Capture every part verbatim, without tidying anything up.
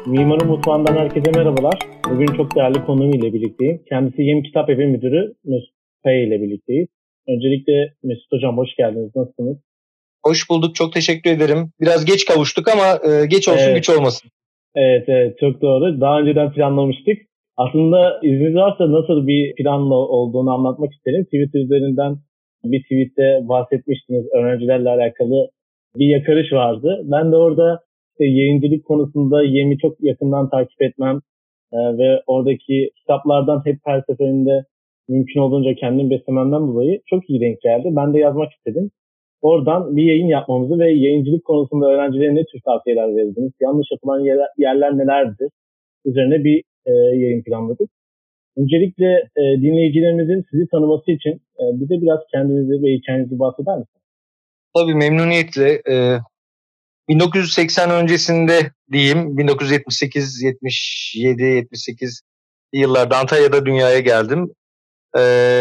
Mimarın Mutfağı'ndan herkese merhabalar. Bugün çok değerli konuğum ile birlikteyim. Kendisi Yem Kitap Evi Müdürü Mesut Kaya ile birlikteyiz. Öncelikle Mesut Hocam hoş geldiniz. Nasılsınız? Hoş bulduk. Çok teşekkür ederim. Biraz geç kavuştuk ama e, geç olsun Evet, güç olmasın. evet, evet çok doğru. Daha önceden planlamıştık. Aslında izniniz varsa nasıl bir planla olduğunu anlatmak isterim. Twitter üzerinden bir tweette bahsetmiştiniz. Öğrencilerle alakalı bir yakarış vardı. Ben de orada işte yayıncılık konusunda Yem'i çok yakından takip etmem e, ve oradaki kitaplardan hep her seferinde mümkün olduğunca kendim beslememden dolayı çok iyi denk geldi. Ben de yazmak istedim. Oradan bir yayın yapmamızı ve yayıncılık konusunda öğrencilere ne tür tavsiyeler verirdiniz? Yanlış yapılan yerler, yerler nelerdir? Üzerine bir e, yayın planladık. Öncelikle e, dinleyicilerimizin sizi tanıması için e, bize biraz kendinizi ve hikayenizi bahseder misiniz? Tabii memnuniyetle. E, bin dokuz yüz seksen öncesinde diyeyim, bin dokuz yüz yetmiş sekiz, yetmiş yedi, yetmiş sekiz yıllarda Antalya'da dünyaya geldim. E,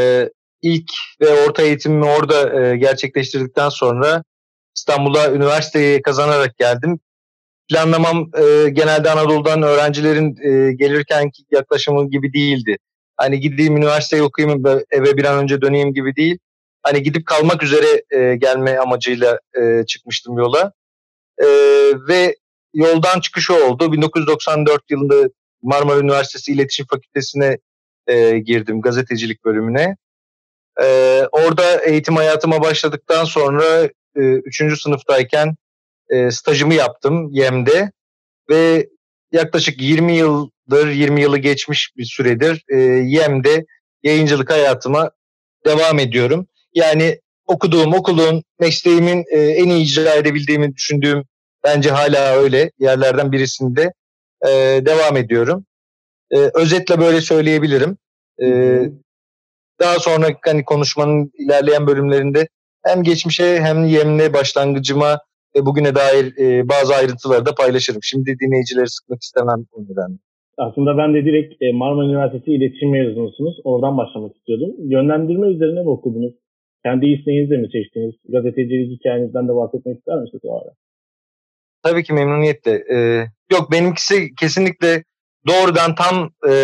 ilk ve orta eğitimimi orada e, gerçekleştirdikten sonra İstanbul'a üniversiteyi kazanarak geldim. Planlamam e, genelde Anadolu'dan öğrencilerin e, gelirkenki yaklaşımı gibi değildi. Hani gideyim üniversiteyi okuyayım eve bir an önce döneyim gibi değil. Hani gidip kalmak üzere e, gelme amacıyla e, çıkmıştım yola. E, ve yoldan çıkışı oldu. bin dokuz yüz doksan dört yılında Marmara Üniversitesi İletişim Fakültesi'ne e, girdim, gazetecilik bölümüne. E, orada eğitim hayatıma başladıktan sonra e, üçüncü sınıftayken e, stajımı yaptım Yem'de. Ve yaklaşık yirmi yıldır, yirmi yılı geçmiş bir süredir e, Yem'de yayıncılık hayatıma devam ediyorum. Yani okuduğum okulun, mesleğimin e, en iyi icra edebildiğimi düşündüğüm, bence hala öyle yerlerden birisinde e, devam ediyorum. E, özetle böyle söyleyebilirim. E, Hı hı. daha sonra hani konuşmanın ilerleyen bölümlerinde hem geçmişe hem Yem'le başlangıcıma ve bugüne dair e, bazı ayrıntıları da paylaşırım. Şimdi dinleyicileri sıkmak istemem o nedenle. Aslında ben de direkt e, Marmara Üniversitesi İletişim mezunusunuz. Oradan başlamak istiyordum. Yönlendirme üzerine mi okudunuz? Kendi isteğinizle mi seçtiniz? Gazetecilik hikayenizden de bahsetmek ister misiniz o ara? Tabii ki memnuniyetle. Ee, yok benimkisi kesinlikle doğrudan tam e,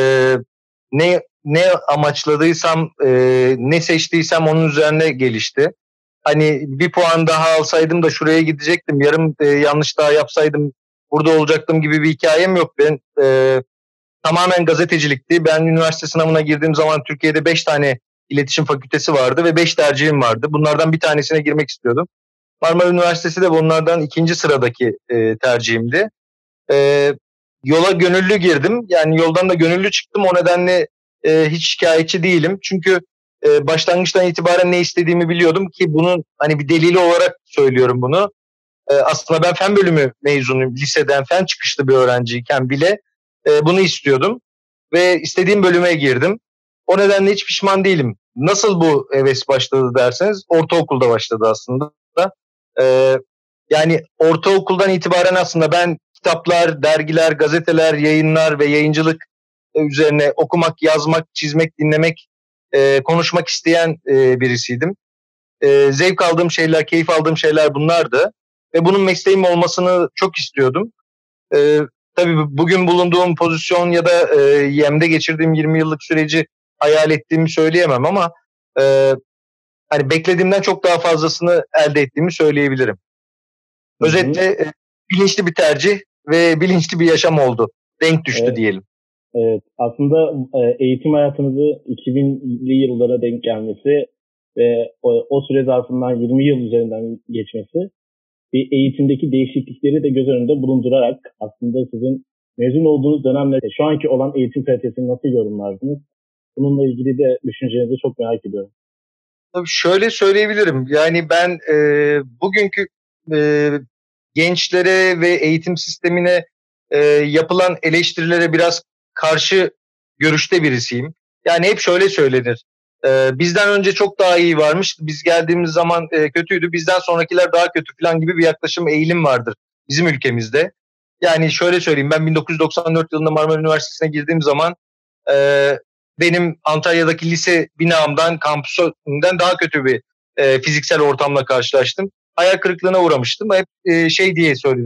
ne ne amaçladıysam, e, ne seçtiysem onun üzerine gelişti. Hani bir puan daha alsaydım da şuraya gidecektim, yarım e, yanlış daha yapsaydım burada olacaktım gibi bir hikayem yok. Ben e, tamamen gazetecilikti. Ben üniversite sınavına girdiğim zaman Türkiye'de beş tane iletişim fakültesi vardı ve beş tercihim vardı. Bunlardan bir tanesine girmek istiyordum. Marmara Üniversitesi de bunlardan ikinci sıradaki e, tercihimdi. E, yola gönüllü girdim. Yani yoldan da gönüllü çıktım. O nedenle e, hiç şikayetçi değilim. Çünkü e, başlangıçtan itibaren ne istediğimi biliyordum ki bunun hani bir delili olarak söylüyorum bunu. E, aslında ben fen bölümü mezunuyum. Liseden fen çıkışlı bir öğrenciyken bile e, bunu istiyordum. Ve istediğim bölüme girdim. O nedenle hiç pişman değilim. Nasıl bu heves başladı derseniz ortaokulda başladı aslında. Ee, yani ortaokuldan itibaren aslında ben kitaplar, dergiler, gazeteler, yayınlar ve yayıncılık üzerine okumak, yazmak, çizmek, dinlemek, e, konuşmak isteyen e, birisiydim. E, zevk aldığım şeyler, keyif aldığım şeyler bunlardı. Ve bunun mesleğim olmasını çok istiyordum. E, tabii bugün bulunduğum pozisyon ya da e, Yem'de geçirdiğim yirmi yıllık süreci hayal ettiğimi söyleyemem ama e, hani beklediğimden çok daha fazlasını elde ettiğimi söyleyebilirim. Hı hı. Özetle e, bilinçli bir tercih ve bilinçli bir yaşam oldu. Denk düştü Evet. diyelim. Evet, aslında e, eğitim hayatınızı iki binli yıllara denk gelmesi ve o, o süre zarfından yirmi yıl üzerinden geçmesi bir eğitimdeki değişiklikleri de göz önünde bulundurarak aslında sizin mezun olduğunuz dönemle şu anki olan eğitim kalitesini nasıl yorumlardınız? Bununla ilgili de düşüncelerinizi çok merak ediyorum. Tabii şöyle söyleyebilirim. Yani ben e, bugünkü e, gençlere ve eğitim sistemine e, yapılan eleştirilere biraz karşı görüşte birisiyim. Yani hep şöyle söylenir. E, bizden önce çok daha iyi varmış. Biz geldiğimiz zaman e, kötüydü. Bizden sonrakiler daha kötü falan gibi bir yaklaşım, eğilim vardır bizim ülkemizde. Yani şöyle söyleyeyim. Ben bin dokuz yüz doksan dört yılında Marmara Üniversitesi'ne girdiğim zaman e, benim Antalya'daki lise binamdan, kampüsünden daha kötü bir e, fiziksel ortamla karşılaştım. Hayal kırıklığına uğramıştım. Hep e, şey diye söylenirdi.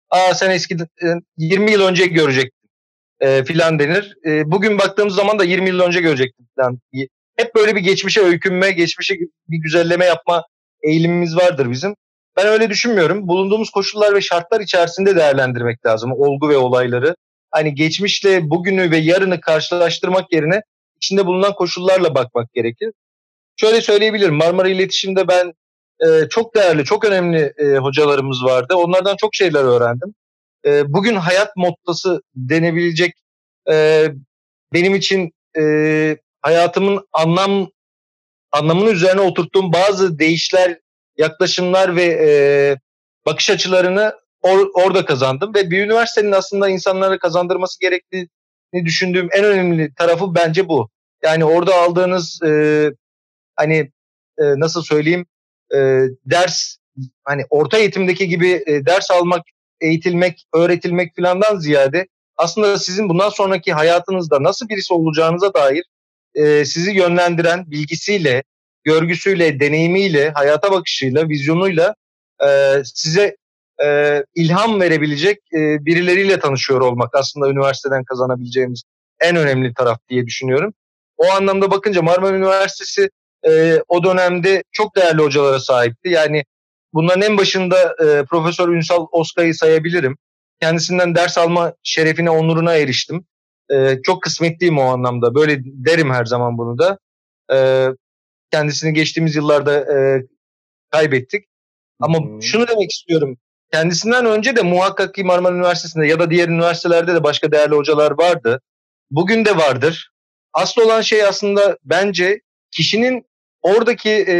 Aa sen eskiden yirmi yıl önce görecektin e, filan denir. E, bugün baktığımız zaman da yirmi yıl önce görecektin filan. Hep böyle bir geçmişe öykünme, geçmişe bir güzelleme yapma eğilimimiz vardır bizim. Ben öyle düşünmüyorum. Bulunduğumuz koşullar ve şartlar içerisinde değerlendirmek lazım olgu ve olayları. Hani geçmişle bugünü ve yarını karşılaştırmak yerine içinde bulunan koşullarla bakmak gerekir. Şöyle söyleyebilirim. Marmara İletişim'de ben e, çok değerli, çok önemli e, hocalarımız vardı. Onlardan çok şeyler öğrendim. E, bugün hayat mottosu denebilecek e, benim için e, hayatımın anlam anlamının üzerine oturttuğum bazı değişler, yaklaşımlar ve e, bakış açılarını or, orada kazandım ve bir üniversitenin aslında insanlara kazandırması gerektiğini düşündüğüm en önemli tarafı bence bu. Yani orada aldığınız e, hani e, nasıl söyleyeyim e, ders, hani orta eğitimdeki gibi e, ders almak, eğitilmek, öğretilmek falandan ziyade aslında sizin bundan sonraki hayatınızda nasıl birisi olacağınıza dair e, sizi yönlendiren bilgisiyle, görgüsüyle, deneyimiyle, hayata bakışıyla, vizyonuyla e, size e, ilham verebilecek e, birileriyle tanışıyor olmak aslında üniversiteden kazanabileceğimiz en önemli taraf diye düşünüyorum. O anlamda bakınca Marmara Üniversitesi e, o dönemde çok değerli hocalara sahipti. Yani bunların en başında e, Profesör Ünsal Oskay'ı sayabilirim. Kendisinden ders alma şerefine, onuruna eriştim. E, çok kısmetliyim o anlamda. Böyle derim her zaman bunu da. E, kendisini geçtiğimiz yıllarda e, kaybettik. Ama Hı-hı. şunu demek istiyorum. Kendisinden önce de muhakkak ki Marmara Üniversitesi'nde ya da diğer üniversitelerde de başka değerli hocalar vardı. Bugün de vardır. Asıl olan şey aslında bence kişinin oradaki e,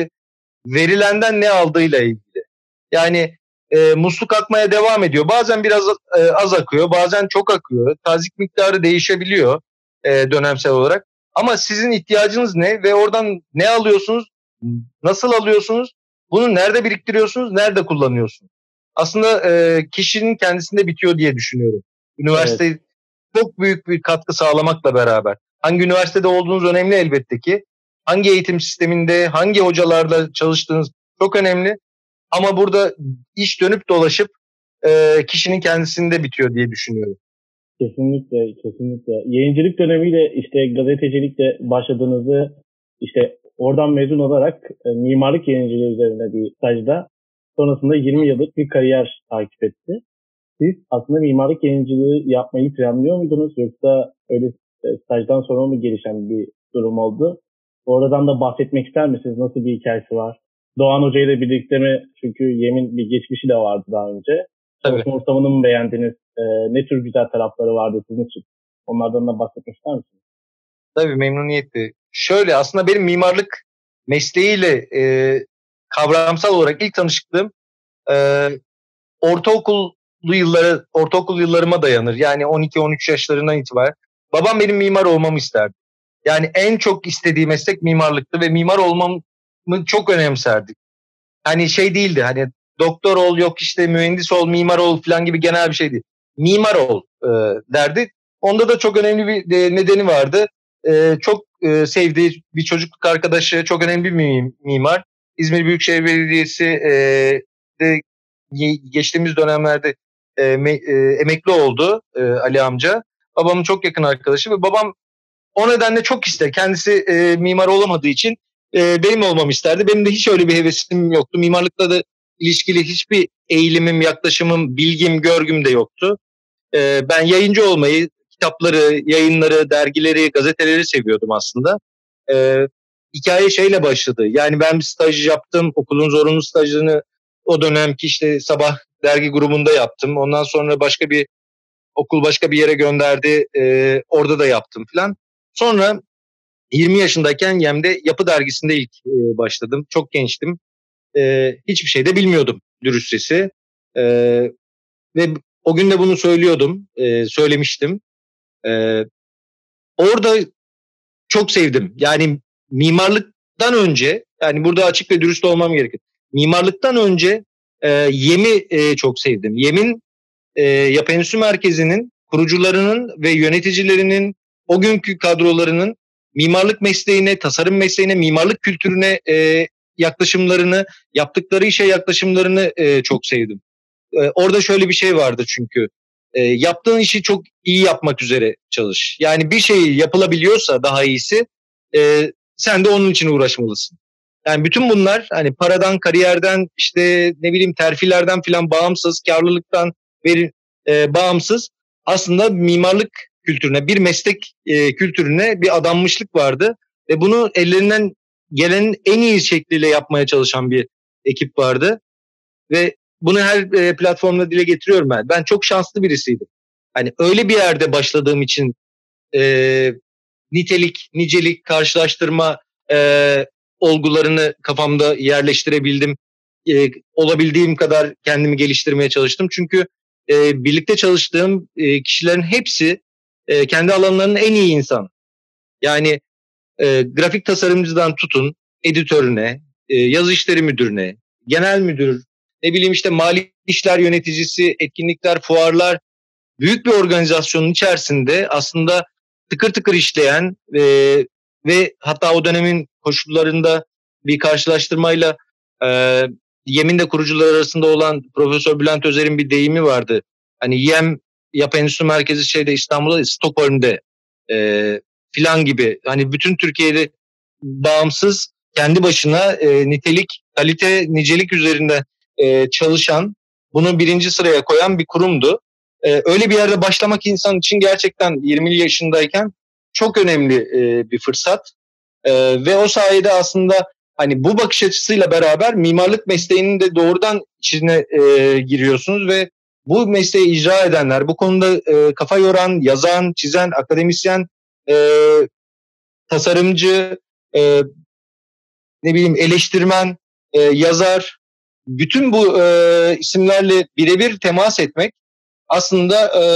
verilenden ne aldığıyla ilgili. Yani e, musluk akmaya devam ediyor. Bazen biraz e, az akıyor, bazen çok akıyor. Tazyik miktarı değişebiliyor e, dönemsel olarak. Ama sizin ihtiyacınız ne ve oradan ne alıyorsunuz, nasıl alıyorsunuz, bunu nerede biriktiriyorsunuz, nerede kullanıyorsunuz? Aslında e, kişinin kendisinde bitiyor diye düşünüyorum. Üniversite evet. Çok büyük bir katkı sağlamakla beraber. Hangi üniversitede olduğunuz önemli elbette ki. Hangi eğitim sisteminde, hangi hocalarla çalıştığınız çok önemli. Ama burada iş dönüp dolaşıp e, kişinin kendisinde bitiyor diye düşünüyorum. Kesinlikle, kesinlikle. Yayıncılık dönemiyle işte gazetecilikle başladığınızı, işte oradan mezun olarak e, mimarlık yayıncılığı üzerine bir stajda, sonrasında yirmi yıllık bir kariyer takip etti. Siz aslında mimarlık yayıncılığı yapmayı planlıyor muydunuz, yoksa öyle e, stajdan sonra mı gelişen bir durum oldu? Oradan da bahsetmek ister misiniz? Nasıl bir hikayesi var? Doğan Hoca ile birlikte mi? Çünkü Yem'in bir geçmişi de vardı daha önce. Çalışma ortamını mı beğendiniz? Ee, ne tür güzel tarafları vardı sizin için? Onlardan da bahsetmek ister misiniz? Tabii, memnuniyetle. Şöyle, aslında benim mimarlık mesleğiyle e, kavramsal olarak ilk tanışıklığım e, ortaokul yılları, ortaokul yıllarıma dayanır. Yani on iki on üç yaşlarından itibaren. Babam benim mimar olmamı isterdi. Yani en çok istediği meslek mimarlıktı ve mimar olmamı çok önemserdi. Hani şey değildi, hani doktor ol, yok işte mühendis ol, mimar ol falan gibi genel bir şey değil. Mimar ol e, derdi. Onda da çok önemli bir e, nedeni vardı. E, çok e, sevdiği bir çocukluk arkadaşı, çok önemli bir mimar. İzmir Büyükşehir Belediyesi e, de geçtiğimiz dönemlerde e, me, e, emekli oldu e, Ali amca. Babamın çok yakın arkadaşı ve babam o nedenle çok ister. Kendisi e, mimar olamadığı için e, benim olmamı isterdi. Benim de hiç öyle bir hevesim yoktu. Mimarlıkla da ilişkili hiçbir eğilimim, yaklaşımım, bilgim, görgüm de yoktu. E, ben yayıncı olmayı, kitapları, yayınları, dergileri, gazeteleri seviyordum aslında. E, hikaye şeyle başladı. Yani ben bir staj yaptım. Okulun zorunlu stajını o dönemki işte Sabah dergi grubunda yaptım. Ondan sonra başka bir okul başka bir yere gönderdi. E, orada da yaptım falan. Sonra yirmi yaşındayken Yem'de Yapı Dergisi'nde ilk e, başladım. Çok gençtim. E, hiçbir şey de bilmiyordum dürüstçesi. E, ve o gün de bunu söylüyordum. E, söylemiştim. E, orada çok sevdim. Yani mimarlıktan önce, yani burada açık ve dürüst olmam gerekir. Mimarlıktan önce e, Yem'i e, çok sevdim. Yem'in e, Yapı Enstitüsü Merkezi'nin kurucularının ve yöneticilerinin, o günkü kadrolarının mimarlık mesleğine, tasarım mesleğine, mimarlık kültürüne e, yaklaşımlarını, yaptıkları işe yaklaşımlarını e, çok sevdim. e, orada şöyle bir şey vardı çünkü. E, yaptığın işi çok iyi yapmak üzere çalış. Yani bir şey yapılabiliyorsa daha iyisi e, sen de onun için uğraşmalısın. Yani bütün bunlar hani paradan, kariyerden, işte ne bileyim terfilerden filan bağımsız, karlılıktan veri, e, bağımsız aslında mimarlık kültürüne, bir meslek e, kültürüne bir adanmışlık vardı. Ve bunu ellerinden gelenin en iyi şekliyle yapmaya çalışan bir ekip vardı. Ve bunu her e, platformda dile getiriyorum ben. Ben çok şanslı birisiydim. Hani öyle bir yerde başladığım için e, nitelik, nicelik, karşılaştırma e, olgularını kafamda yerleştirebildim. E, olabildiğim kadar kendimi geliştirmeye çalıştım. Çünkü e, birlikte çalıştığım e, kişilerin hepsi e, kendi alanlarının en iyi insan. Yani e, grafik tasarımcıdan tutun, editörüne, e, yazı işleri müdürüne, genel müdür, ne bileyim işte mali işler yöneticisi, etkinlikler, fuarlar, büyük bir organizasyonun içerisinde aslında tıkır tıkır işleyen e, ve hatta o dönemin koşullarında bir karşılaştırmayla e, YEM'in de kurucuları arasında olan Profesör Bülent Özer'in bir deyimi vardı. Hani YEM Yapı Endüstri Merkezi şeyde İstanbul'da, Stockholm'de e, filan gibi. Hani bütün Türkiye'de bağımsız, kendi başına e, nitelik, kalite, nicelik üzerinde e, çalışan, bunu birinci sıraya koyan bir kurumdu. Ee, öyle bir yerde başlamak insan için gerçekten yirmili yaşındayken çok önemli e, bir fırsat. E, ve o sayede aslında hani bu bakış açısıyla beraber mimarlık mesleğinin de doğrudan içine e, giriyorsunuz ve bu mesleği icra edenler, bu konuda e, kafa yoran, yazan, çizen, akademisyen, e, tasarımcı, e, ne bileyim eleştirmen, e, yazar, bütün bu e, isimlerle birebir temas etmek aslında e,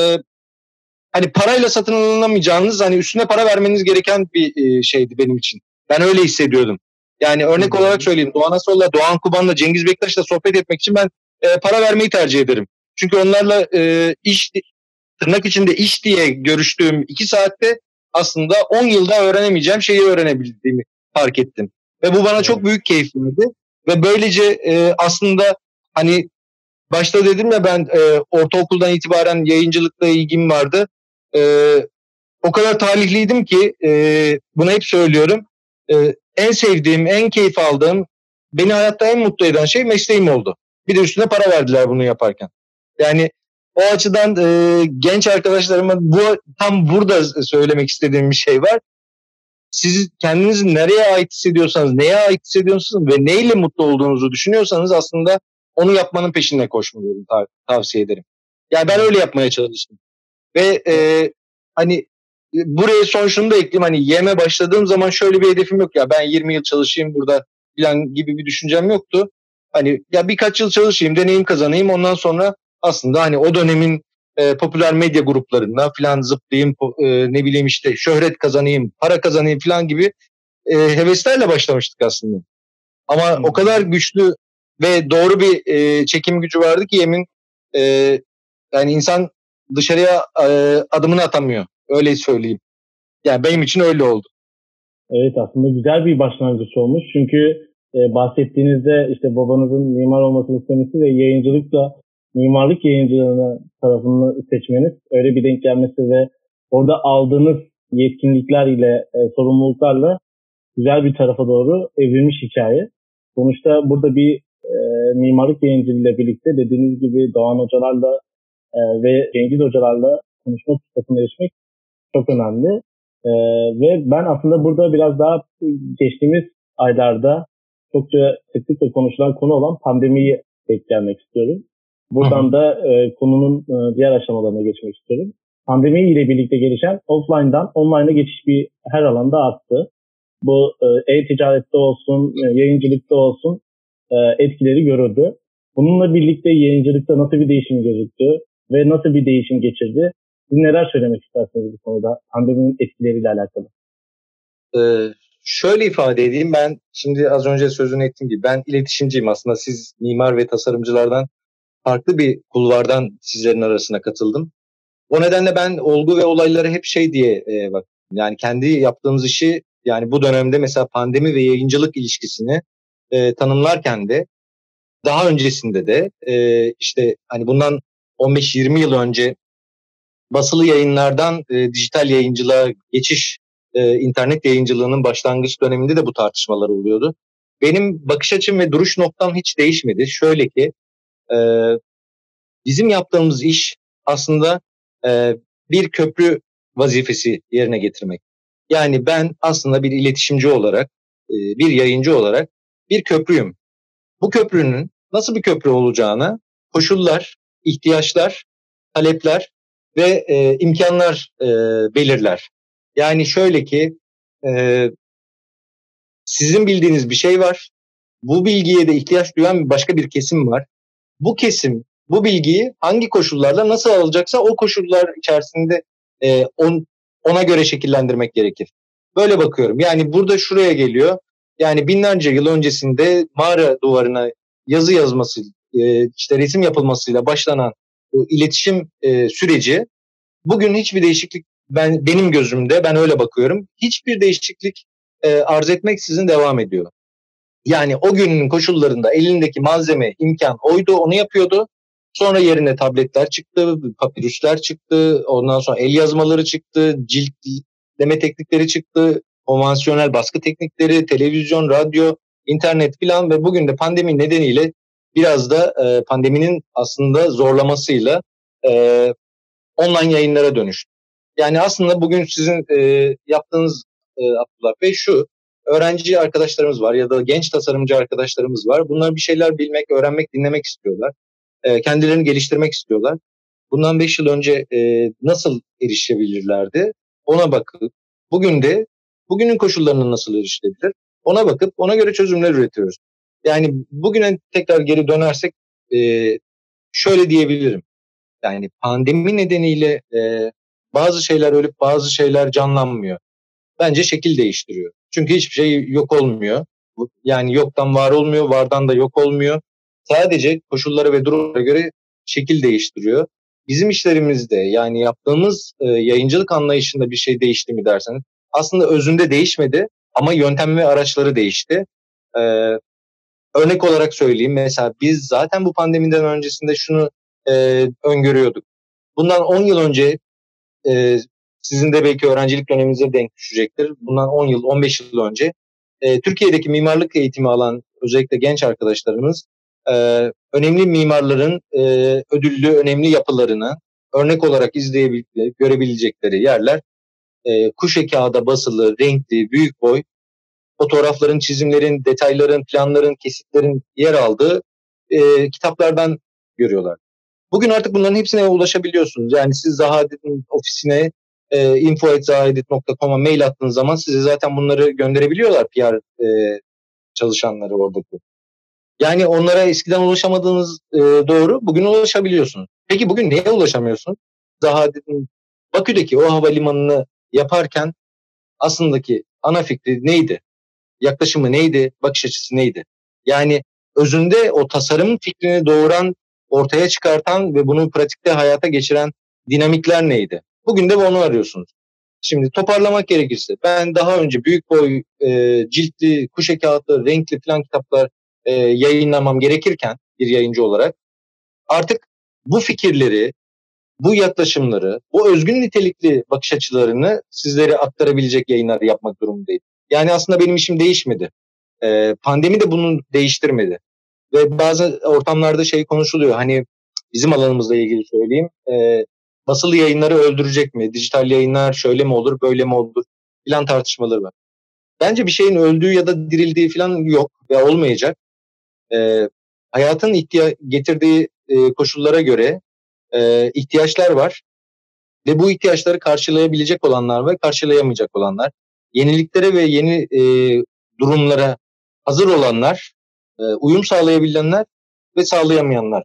hani parayla satın alınamayacağınız, hani üstüne para vermeniz gereken bir e, şeydi benim için. Ben öyle hissediyordum. Yani örnek Hı-hı. olarak söyleyeyim. Doğan Asol'la, Doğan Kuban'la, Cengiz Bektaş'la sohbet etmek için ben e, para vermeyi tercih ederim. Çünkü onlarla e, iş, tırnak içinde iş diye görüştüğüm iki saatte aslında on yılda öğrenemeyeceğim şeyi öğrenebildiğimi fark ettim. Ve bu bana Evet. çok büyük keyif verdi. Ve böylece e, aslında hani başta dedim ya ben e, ortaokuldan itibaren yayıncılıkla ilgim vardı. E, o kadar talihliydim ki e, bunu hep söylüyorum. E, en sevdiğim, en keyif aldığım, beni hayatta en mutlu eden şey mesleğim oldu. Bir de üstüne para verdiler bunu yaparken. Yani o açıdan e, genç arkadaşlarıma bu tam burada söylemek istediğim bir şey var. Siz kendinizi nereye ait hissediyorsanız, neye ait hissediyorsunuz ve neyle mutlu olduğunuzu düşünüyorsanız aslında onu yapmanın peşinde koşmayı tav- tavsiye ederim. Yani ben öyle yapmaya çalıştım. Ve e, hani e, buraya son şunu da ekleyeyim. Hani yeme başladığım zaman şöyle bir hedefim yok ya. Ben yirmi yıl çalışayım burada falan gibi bir düşüncem yoktu. Hani ya birkaç yıl çalışayım, deneyim kazanayım. Ondan sonra aslında hani o dönemin e, popüler medya gruplarında falan zıplayayım, e, ne bileyim işte şöhret kazanayım, para kazanayım falan gibi e, heveslerle başlamıştık aslında. Ama Hı-hı. o kadar güçlü ve doğru bir e, çekim gücü vardı ki yemin e, yani insan dışarıya e, adımını atamıyor. Öyle söyleyeyim. Yani benim için öyle oldu. Evet, aslında güzel bir başlangıç olmuş. Çünkü e, bahsettiğinizde işte babanızın mimar olmasını istemesi ve yayıncılıkla mimarlık yayıncılığını tarafını seçmeniz, öyle bir denk gelmesi ve orada aldığınız yetkinlikler ile e, sorumluluklarla güzel bir tarafa doğru evrilmiş hikaye. Sonuçta burada bir e, mimarlık yayıncılığıyla birlikte dediğiniz gibi Doğan hocalarla e, ve Cengiz hocalarla konuşma fırsatına erişmek çok önemli. Ee, ve ben aslında burada biraz daha geçtiğimiz aylarda çokça sıklıkla konuşulan konu olan pandemiyi denk gelmek istiyorum. Buradan Hı-hı. da e, konunun e, diğer aşamalarına geçmek istiyorum. Pandemi ile birlikte gelişen offline'dan online'a geçiş bir her alanda arttı. Bu e, e-ticarette olsun, e, yayıncılıkta olsun e, etkileri görüldü. Bununla birlikte yayıncılıkta nasıl bir değişim gözüktü ve nasıl bir değişim geçirdi? Siz neler söylemek istersiniz bu konuda pandeminin etkileriyle alakalı? Ee, şöyle ifade edeyim. Ben şimdi az önce sözünü ettiğim gibi ben iletişimciyim aslında. Siz mimar ve tasarımcılardan farklı bir kulvardan sizlerin arasına katıldım. O nedenle ben olgu ve olayları hep şey diye e, bak yani kendi yaptığımız işi yani bu dönemde mesela pandemi ve yayıncılık ilişkisini e, tanımlarken de daha öncesinde de e, işte hani bundan on beş yirmi yıl önce basılı yayınlardan e, dijital yayıncılığa geçiş, e, internet yayıncılığının başlangıç döneminde de bu tartışmalar oluyordu. Benim bakış açım ve duruş noktam hiç değişmedi. Şöyle ki e, bizim yaptığımız iş aslında e, bir köprü vazifesi yerine getirmek. Yani ben aslında bir iletişimci olarak, e, bir yayıncı olarak bir köprüyüm. Bu köprünün nasıl bir köprü olacağını koşullar, ihtiyaçlar, talepler ve e, imkanlar e, belirler. Yani şöyle ki e, sizin bildiğiniz bir şey var. Bu bilgiye de ihtiyaç duyan başka bir kesim var. Bu kesim bu bilgiyi hangi koşullarla nasıl alacaksa o koşullar içerisinde e, on, ona göre şekillendirmek gerekir. Böyle bakıyorum. Yani burada şuraya geliyor. Yani binlerce yıl öncesinde mağara duvarına yazı yazması, e, işte resim yapılmasıyla başlanan bu iletişim e, süreci bugün hiçbir değişiklik ben benim gözümde ben öyle bakıyorum. Hiçbir değişiklik e, arz etmeksizin devam ediyor. Yani o günün koşullarında elindeki malzeme, imkan oydu, onu yapıyordu. Sonra yerine tabletler çıktı, papirüsler çıktı, ondan sonra el yazmaları çıktı, ciltleme teknikleri çıktı, konvansiyonel baskı teknikleri, televizyon, radyo, internet filan ve bugün de pandemi nedeniyle biraz da e, pandeminin aslında zorlamasıyla e, online yayınlara dönüştü. Yani aslında bugün sizin e, yaptığınız e, Abdullah Bey şu, öğrenci arkadaşlarımız var ya da genç tasarımcı arkadaşlarımız var. Bunlar bir şeyler bilmek, öğrenmek, dinlemek istiyorlar. E, kendilerini geliştirmek istiyorlar. Bundan beş yıl önce e, nasıl erişebilirlerdi? Ona bakıp, bugün de bugünün koşullarına nasıl erişilebilir? Ona bakıp ona göre çözümler üretiyoruz. Yani bugüne tekrar geri dönersek e, şöyle diyebilirim. Yani pandemi nedeniyle e, bazı şeyler ölüp bazı şeyler canlanmıyor. Bence şekil değiştiriyor. Çünkü hiçbir şey yok olmuyor. Yani yoktan var olmuyor, vardan da yok olmuyor. Sadece koşullara ve durumlara göre şekil değiştiriyor. Bizim işlerimizde yani yaptığımız e, yayıncılık anlayışında bir şey değişti mi derseniz aslında özünde değişmedi ama yöntem ve araçları değişti. E, Örnek olarak söyleyeyim mesela biz zaten bu pandemiden öncesinde şunu e, öngörüyorduk. Bundan on yıl önce e, sizin de belki öğrencilik döneminize denk düşecektir. Bundan on yıl, on beş yıl önce e, Türkiye'deki mimarlık eğitimi alan özellikle genç arkadaşlarımız e, önemli mimarların e, ödüllü önemli yapılarını örnek olarak izleyebilecekleri, görebilecekleri yerler e, kuşe kağıda basılı, renkli, büyük boy fotoğrafların, çizimlerin, detayların, planların, kesitlerin yer aldığı e, kitaplardan görüyorlar. Bugün artık bunların hepsine ulaşabiliyorsunuz. Yani siz Zahadet'in ofisine e, info at zahadet nokta com'a mail attığınız zaman size zaten bunları gönderebiliyorlar P R e, çalışanları oradaki. Yani onlara eskiden ulaşamadığınız e, doğru, bugün ulaşabiliyorsunuz. Peki bugün neye ulaşamıyorsun? Zahadet'in Bakü'deki o havalimanını yaparken aslındaki ana fikri neydi? Yaklaşımı neydi? Bakış açısı neydi? Yani özünde o tasarım fikrini doğuran, ortaya çıkartan ve bunu pratikte hayata geçiren dinamikler neydi? Bugün de onu arıyorsunuz. Şimdi toparlamak gerekirse ben daha önce büyük boy e, ciltli, kuşe kağıtlı, renkli falan kitaplar e, yayınlamam gerekirken bir yayıncı olarak artık bu fikirleri, bu yaklaşımları, bu özgün nitelikli bakış açılarını sizlere aktarabilecek yayınlar yapmak durumundayım. Yani aslında benim işim değişmedi. Ee, pandemi de bunu değiştirmedi. Ve bazı ortamlarda şey konuşuluyor. Hani bizim alanımızla ilgili söyleyeyim. E, basılı yayınları öldürecek mi? Dijital yayınlar şöyle mi olur, böyle mi olur? Filan tartışmaları var. Bence bir şeyin öldüğü ya da dirildiği filan yok ve olmayacak. E, Hayatın ihtiya- getirdiği e, koşullara göre e, ihtiyaçlar var. Ve bu ihtiyaçları karşılayabilecek olanlar ve karşılayamayacak olanlar. Yeniliklere ve yeni e, durumlara hazır olanlar, e, uyum sağlayabilenler ve sağlayamayanlar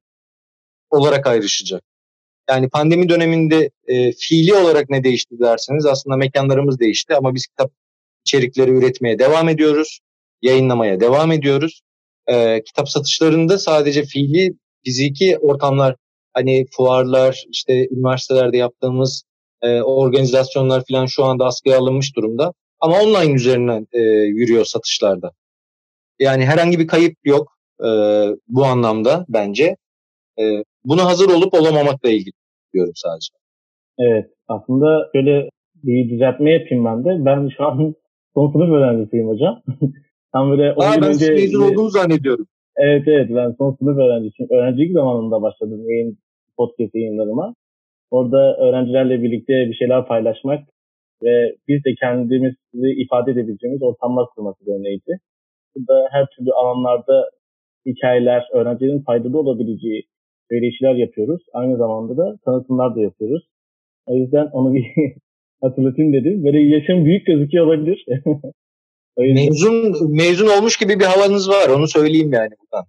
olarak ayrışacak. Yani pandemi döneminde e, fiili olarak ne değişti derseniz aslında mekanlarımız değişti ama biz kitap içerikleri üretmeye devam ediyoruz, yayınlamaya devam ediyoruz. E, kitap satışlarında sadece fiili, fiziki ortamlar, hani fuarlar, işte üniversitelerde yaptığımız e, organizasyonlar falan şu anda askıya alınmış durumda. Ama online üzerinden e, yürüyor satışlarda. Yani herhangi bir kayıp yok. e, bu anlamda bence. E, buna hazır olup olamamakla ilgili diyorum sadece. Evet. Aslında şöyle bir düzeltme yapayım ben de. Ben şu an son sınıf öğrencisiyim hocam. Tam böyle on Aa, gün ben önce... mezun olduğunu zannediyorum. Evet evet, ben son sınıf öğrencisiyim. Öğrencilik zamanında başladım yayın podcast yayınlarıma. Orada öğrencilerle birlikte bir şeyler paylaşmak ve biz de kendimizi ifade edebileceğimiz ortamlar kurması örneğiydi. Burada her türlü alanlarda hikayeler, öğrencilerin faydalı olabileceği söyleşiler yapıyoruz. Aynı zamanda da tanıtımlar da yapıyoruz. O yüzden onu bir hatırlatayım dedim. Böyle yaşım büyük gözüküyor olabilir. Mezun mezun olmuş gibi bir havanız var. Onu söyleyeyim yani buradan.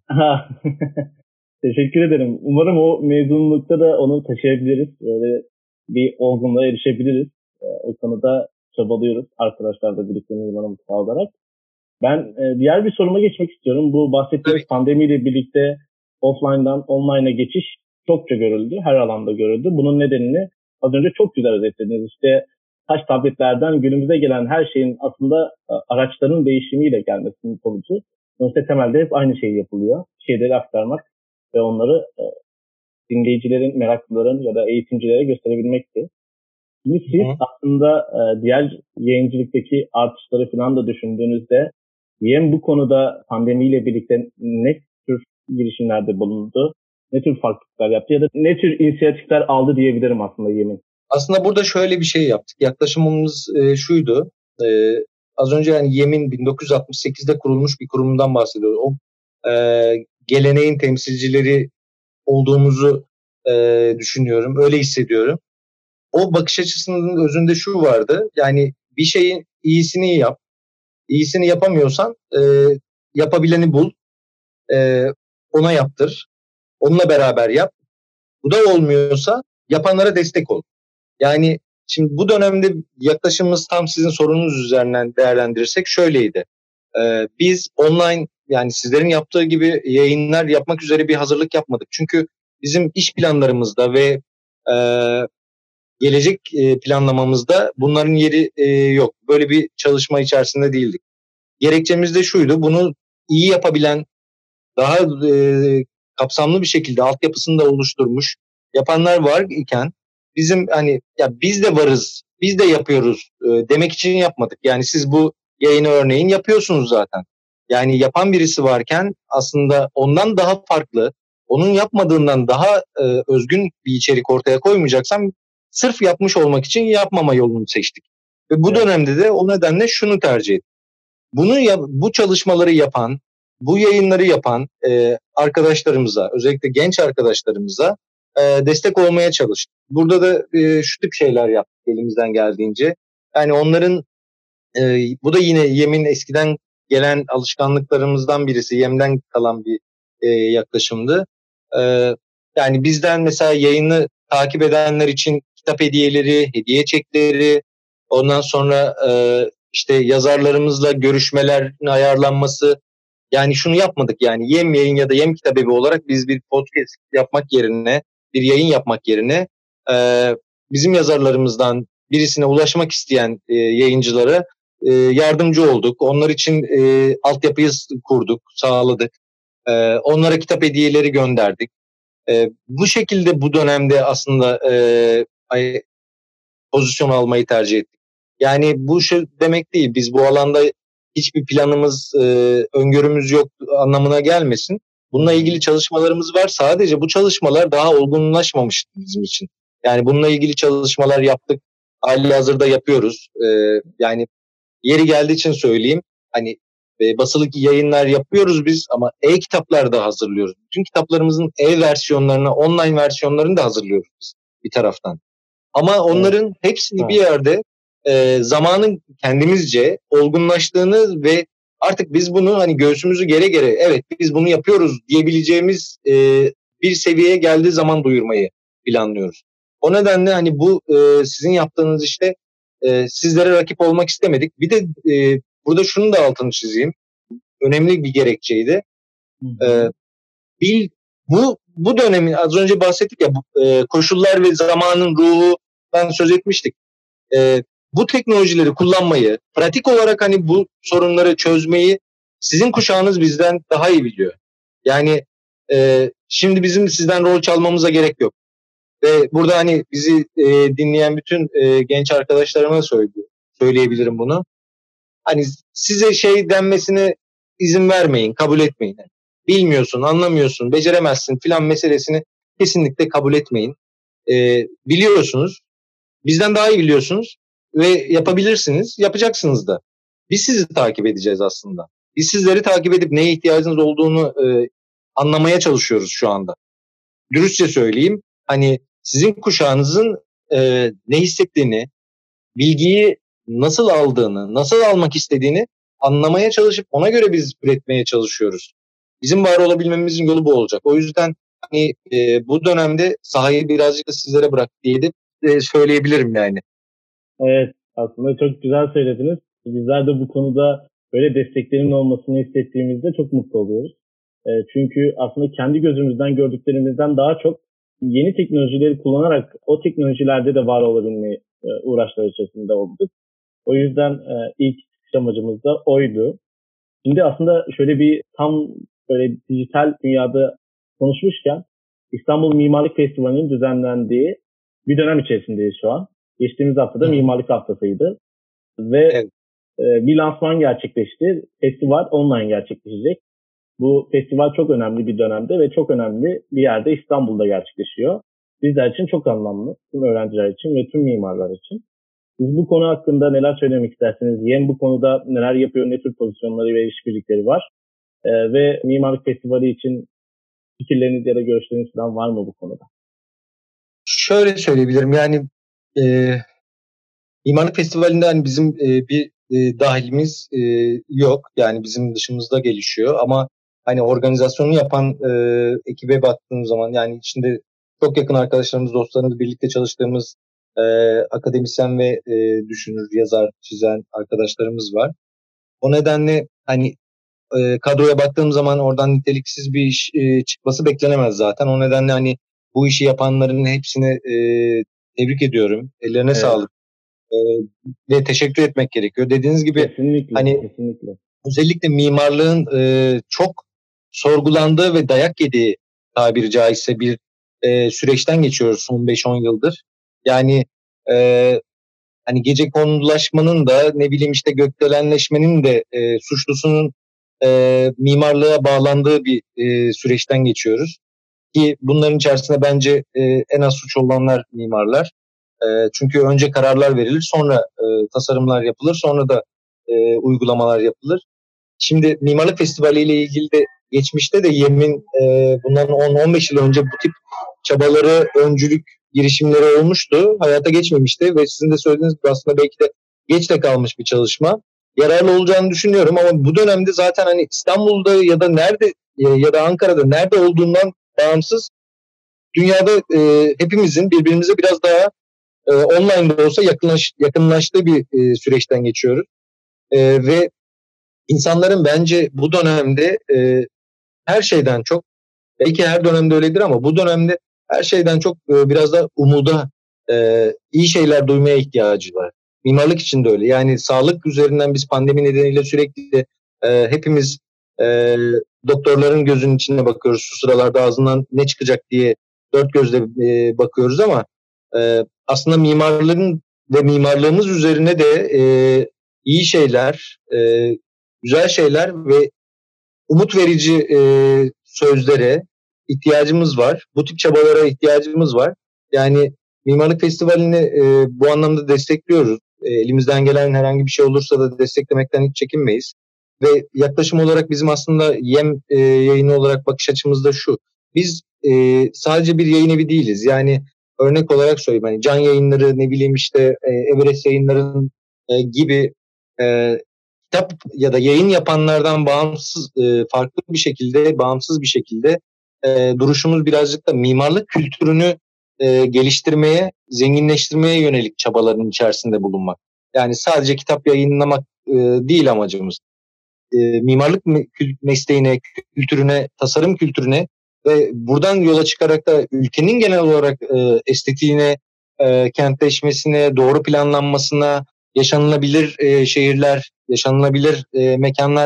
Teşekkür ederim. Umarım o mezunlukta da onu taşıyabiliriz. Böyle bir olgunluğa erişebiliriz. O konuda çabalıyoruz arkadaşlarla birlikte mezunlarımız sağlayarak. Ben e, diğer bir soruma geçmek istiyorum. Bu bahsettiğimiz evet. Pandemiyle birlikte offline'dan online'a geçiş çokça görüldü. Her alanda görüldü. Bunun nedenini az önce çok güzel özetlediniz. İşte taş tabletlerden günümüze gelen her şeyin aslında araçların değişimiyle gelmesinin sonucu. Sonuçta temelde hep aynı şey yapılıyor. Şeyleri aktarmak ve onları e, dinleyicilerin, meraklıların ya da eğitimcilere gösterebilmekti. Şimdi siz Hı. aslında e, diğer yayıncılıktaki artışları falan da düşündüğünüzde Yem bu konuda pandemiyle birlikte ne tür girişimlerde bulundu, ne tür farklılıklar yaptı ya da ne tür inisiyatifler aldı diyebilirim aslında Yem'in. Aslında burada şöyle bir şey yaptık. Yaklaşımımız e, şuydu. E, az önce yani Yem'in bin dokuz yüz altmış sekizde kurulmuş bir kurumundan bahsediyoruz. O e, geleneğin temsilcileri olduğumuzu e, düşünüyorum. Öyle hissediyorum. O bakış açısının özünde şu vardı. Yani bir şeyin iyisini yap. İyisini yapamıyorsan e, yapabileni bul. E, ona yaptır. Onunla beraber yap. Bu da olmuyorsa yapanlara destek ol. Yani şimdi bu dönemde yaklaşımımız tam sizin sorunuz üzerinden değerlendirirsek şöyleydi. Ee, biz online yani sizlerin yaptığı gibi yayınlar yapmak üzere bir hazırlık yapmadık. Çünkü bizim iş planlarımızda ve e, gelecek e, planlamamızda bunların yeri e, yok. Böyle bir çalışma içerisinde değildik. Gerekçemiz de şuydu. Bunu iyi yapabilen, daha e, kapsamlı bir şekilde altyapısını da oluşturmuş yapanlar var iken bizim hani ya biz de varız, biz de yapıyoruz e, demek için yapmadık. Yani siz bu yayını örneğin yapıyorsunuz zaten. Yani yapan birisi varken aslında ondan daha farklı, onun yapmadığından daha e, özgün bir içerik ortaya koymayacaksam sırf yapmış olmak için yapmama yolunu seçtik. Ve bu evet. dönemde de o nedenle şunu tercih ettik. Bunu ya, bu çalışmaları yapan, bu yayınları yapan e, arkadaşlarımıza, özellikle genç arkadaşlarımıza e, destek olmaya çalıştık. Burada da e, şu tip şeyler yaptık elimizden geldiğince. Yani onların, e, bu da yine Yem'in eskiden gelen alışkanlıklarımızdan birisi, Yem'den kalan bir e, yaklaşımdı. E, yani bizden mesela yayını takip edenler için kitap hediyeleri, hediye çekleri, ondan sonra e, işte yazarlarımızla görüşmelerin ayarlanması. Yani şunu yapmadık yani Yem Yayın ya da Yem Kitabevi olarak biz bir podcast yapmak yerine, bir yayın yapmak yerine e, bizim yazarlarımızdan birisine ulaşmak isteyen e, yayıncılara e, yardımcı olduk. Onlar için e, altyapıyı kurduk, sağladık. E, onlara kitap hediyeleri gönderdik. E, bu şekilde bu dönemde aslında e, pozisyon almayı tercih ettik. Yani bu şu demek değil, biz bu alanda hiçbir planımız, e, öngörümüz yok anlamına gelmesin. Bununla ilgili çalışmalarımız var. Sadece bu çalışmalar daha olgunlaşmamıştı bizim için. Yani bununla ilgili çalışmalar yaptık. Halihazırda yapıyoruz. E, yani yeri geldiği için söyleyeyim. Hani e, basılı yayınlar yapıyoruz biz ama e-kitaplar da hazırlıyoruz. Bütün kitaplarımızın e-versiyonlarını, online versiyonlarını da hazırlıyoruz biz bir taraftan. Ama onların evet. hepsini evet. bir yerde e, zamanın kendimizce olgunlaştığını ve artık biz bunu hani göğsümüzü gere gere evet biz bunu yapıyoruz diyebileceğimiz e, bir seviyeye geldiği zaman duyurmayı planlıyoruz. O nedenle hani bu e, sizin yaptığınız işte e, sizlere rakip olmak istemedik. Bir de e, burada şunu da altını çizeyim. Önemli bir gerekçeydi. E, bil, bu bu dönemin az önce bahsettik ya bu, e, koşullar ve zamanın ruhu söz etmiştik. E, bu teknolojileri kullanmayı, pratik olarak hani bu sorunları çözmeyi sizin kuşağınız bizden daha iyi biliyor. Yani e, şimdi bizim sizden rol çalmamıza gerek yok. Ve burada hani bizi e, dinleyen bütün e, genç arkadaşlarıma söylüyor, söyleyebilirim bunu. Hani size şey denmesine izin vermeyin, kabul etmeyin. Bilmiyorsun, anlamıyorsun, beceremezsin filan meselesini kesinlikle kabul etmeyin. E, biliyorsunuz, bizden daha iyi biliyorsunuz ve yapabilirsiniz, yapacaksınız da. Biz sizi takip edeceğiz aslında. Biz sizleri takip edip neye ihtiyacınız olduğunu e, anlamaya çalışıyoruz şu anda. Dürüstçe söyleyeyim, hani sizin kuşağınızın e, ne hissettiğini, bilgiyi nasıl aldığını, nasıl almak istediğini anlamaya çalışıp ona göre biz üretmeye çalışıyoruz. Bizim var olabilmemizin yolu bu olacak. O yüzden hani e, bu dönemde sahayı birazcık da sizlere bırak diye de e, söyleyebilirim yani. Evet, aslında çok güzel söylediniz. Bizler de bu konuda böyle desteklerin olmasını hissettiğimizde çok mutlu oluyoruz. E, çünkü aslında kendi gözümüzden gördüklerimizden daha çok yeni teknolojileri kullanarak o teknolojilerde de var olabilmeyi e, uğraşlar içerisinde olduk. O yüzden e, ilk çıkış amacımız da oydu. Şimdi aslında şöyle bir tam böyle dijital dünyada konuşmuşken İstanbul Mimarlık Festivali'nin düzenlendiği bir dönem içerisindeyiz şu an. Geçtiğimiz hafta da Mimarlık Haftası'ydı. Ve Evet. e, bir lansman gerçekleşti. Festival online gerçekleşecek. Bu festival çok önemli bir dönemde ve çok önemli bir yerde İstanbul'da gerçekleşiyor. Bizler için çok anlamlı. Tüm öğrenciler için ve tüm mimarlar için. Siz bu konu hakkında neler söylemek istersiniz? Yem bu konuda neler yapıyor, ne tür pozisyonları ve işbirlikleri var? Ee, ve Mimarlık Festivali için fikirleriniz ya da görüşleriniz falan var mı bu konuda? Şöyle söyleyebilirim yani e, Mimarlık Festivali'nde hani bizim e, bir e, dahilimiz e, yok. Yani bizim dışımızda gelişiyor ama hani organizasyonu yapan e, ekibe baktığımız zaman yani içinde çok yakın arkadaşlarımız, dostlarımız, birlikte çalıştığımız e, akademisyen ve e, düşünür, yazar, çizen arkadaşlarımız var. O nedenle hani e, kadroya baktığım zaman oradan niteliksiz bir iş e, çıkması beklenemez zaten. O nedenle hani bu işi yapanların hepsini e, tebrik ediyorum. Ellerine Evet. sağlık. E, ve teşekkür etmek gerekiyor. Dediğiniz gibi Kesinlikle, hani kesinlikle. özellikle mimarlığın e, çok sorgulandığı ve dayak yediği tabiri caizse bir e, süreçten geçiyoruz son beş on yıldır. Yani e, hani gecekondulaşmanın da ne bileyim işte gökdelenleşmenin de e, suçlusunun e, mimarlığa bağlandığı bir e, süreçten geçiyoruz. Ki bunların içerisinde bence e, en az suç olanlar mimarlar. E, çünkü önce kararlar verilir, sonra e, tasarımlar yapılır, sonra da e, uygulamalar yapılır. Şimdi Mimarlık Festivali ile ilgili de geçmişte de yemin e, bundan on on beş yıl önce bu tip çabaları, öncülük girişimleri olmuştu. Hayata geçmemişti ve sizin de söylediğiniz gibi aslında belki de geç de kalmış bir çalışma. Yararlı olacağını düşünüyorum ama bu dönemde zaten hani İstanbul'da ya da nerede ya da Ankara'da nerede olduğundan bağımsız dünyada e, hepimizin birbirimize biraz daha e, online de olsa yakınlaş, yakınlaştığı bir e, süreçten geçiyoruz. E, ve insanların bence bu dönemde e, her şeyden çok, belki her dönemde öyledir ama bu dönemde her şeyden çok e, biraz da umuda, e, iyi şeyler duymaya ihtiyacı var. Mimarlık için de öyle. Yani sağlık üzerinden biz pandemi nedeniyle sürekli e, hepimiz e, doktorların gözünün içine bakıyoruz. Şu sıralarda ağzından ne çıkacak diye dört gözle e, bakıyoruz ama e, aslında mimarlığın ve mimarlığımız üzerine de e, iyi şeyler, e, güzel şeyler ve umut verici e, sözlere ihtiyacımız var. Bu tip çabalara ihtiyacımız var. Yani Mimarlık Festivali'ni e, bu anlamda destekliyoruz. E, elimizden gelen herhangi bir şey olursa da desteklemekten hiç çekinmeyiz. Ve yaklaşım olarak bizim aslında yem e, yayını olarak bakış açımız da şu. Biz e, sadece bir yayın evi değiliz. Yani örnek olarak söyleyeyim. Hani Can Yayınları, ne bileyim işte e, Everest Yayınları'nın e, gibi e, kitap ya da yayın yapanlardan bağımsız, e, farklı bir şekilde, bağımsız bir şekilde e, duruşumuz birazcık da mimarlık kültürünü e, geliştirmeye, zenginleştirmeye yönelik çabaların içerisinde bulunmak. Yani sadece kitap yayınlamak e, değil amacımız. E, mimarlık mesleğine, kültürüne, tasarım kültürüne ve buradan yola çıkarak da ülkenin genel olarak e, estetiğine, e, kentleşmesine, doğru planlanmasına, yaşanılabilir e, şehirler, yaşanılabilir e, mekanlar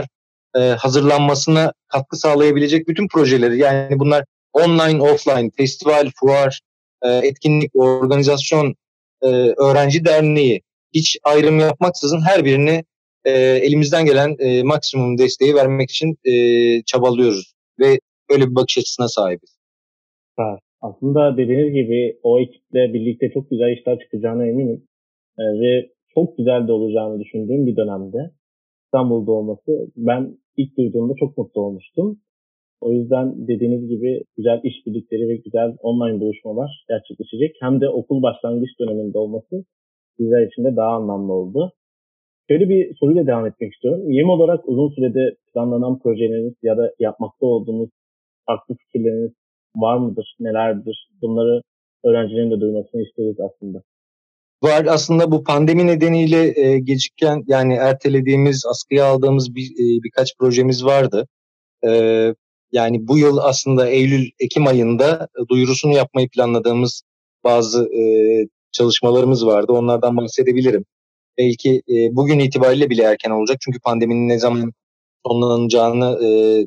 e, hazırlanmasına katkı sağlayabilecek bütün projeleri, yani bunlar online, offline, festival, fuar, e, etkinlik, organizasyon, e, öğrenci derneği, hiç ayrım yapmaksızın her birini e, elimizden gelen e, maksimum desteği vermek için e, çabalıyoruz ve öyle bir bakış açısına sahibiz. Ha, aslında dediğiniz gibi o ekiple birlikte çok güzel işler çıkacağına eminim. Ee, ve çok güzel de olacağını düşündüğüm bir dönemde İstanbul'da olması, ben ilk duyduğumda çok mutlu olmuştum. O yüzden dediğiniz gibi güzel işbirlikleri ve güzel online buluşmalar gerçekleşecek. Hem de okul başlangıç döneminde olması bizler için de daha anlamlı oldu. Şöyle bir soruyla devam etmek istiyorum. Yem olarak uzun sürede planlanan projeleriniz ya da yapmakta olduğunuz farklı fikirleriniz var mıdır? Nelerdir? Bunları öğrencilerin de duymasını isteriz aslında. Var aslında, bu pandemi nedeniyle e, gecikken, yani ertelediğimiz, askıya aldığımız bir, e, birkaç projemiz vardı. E, yani bu yıl aslında Eylül-Ekim ayında duyurusunu yapmayı planladığımız bazı e, çalışmalarımız vardı. Onlardan bahsedebilirim. Belki e, bugün itibariyle bile erken olacak. Çünkü pandeminin ne zaman sonlanacağını, e,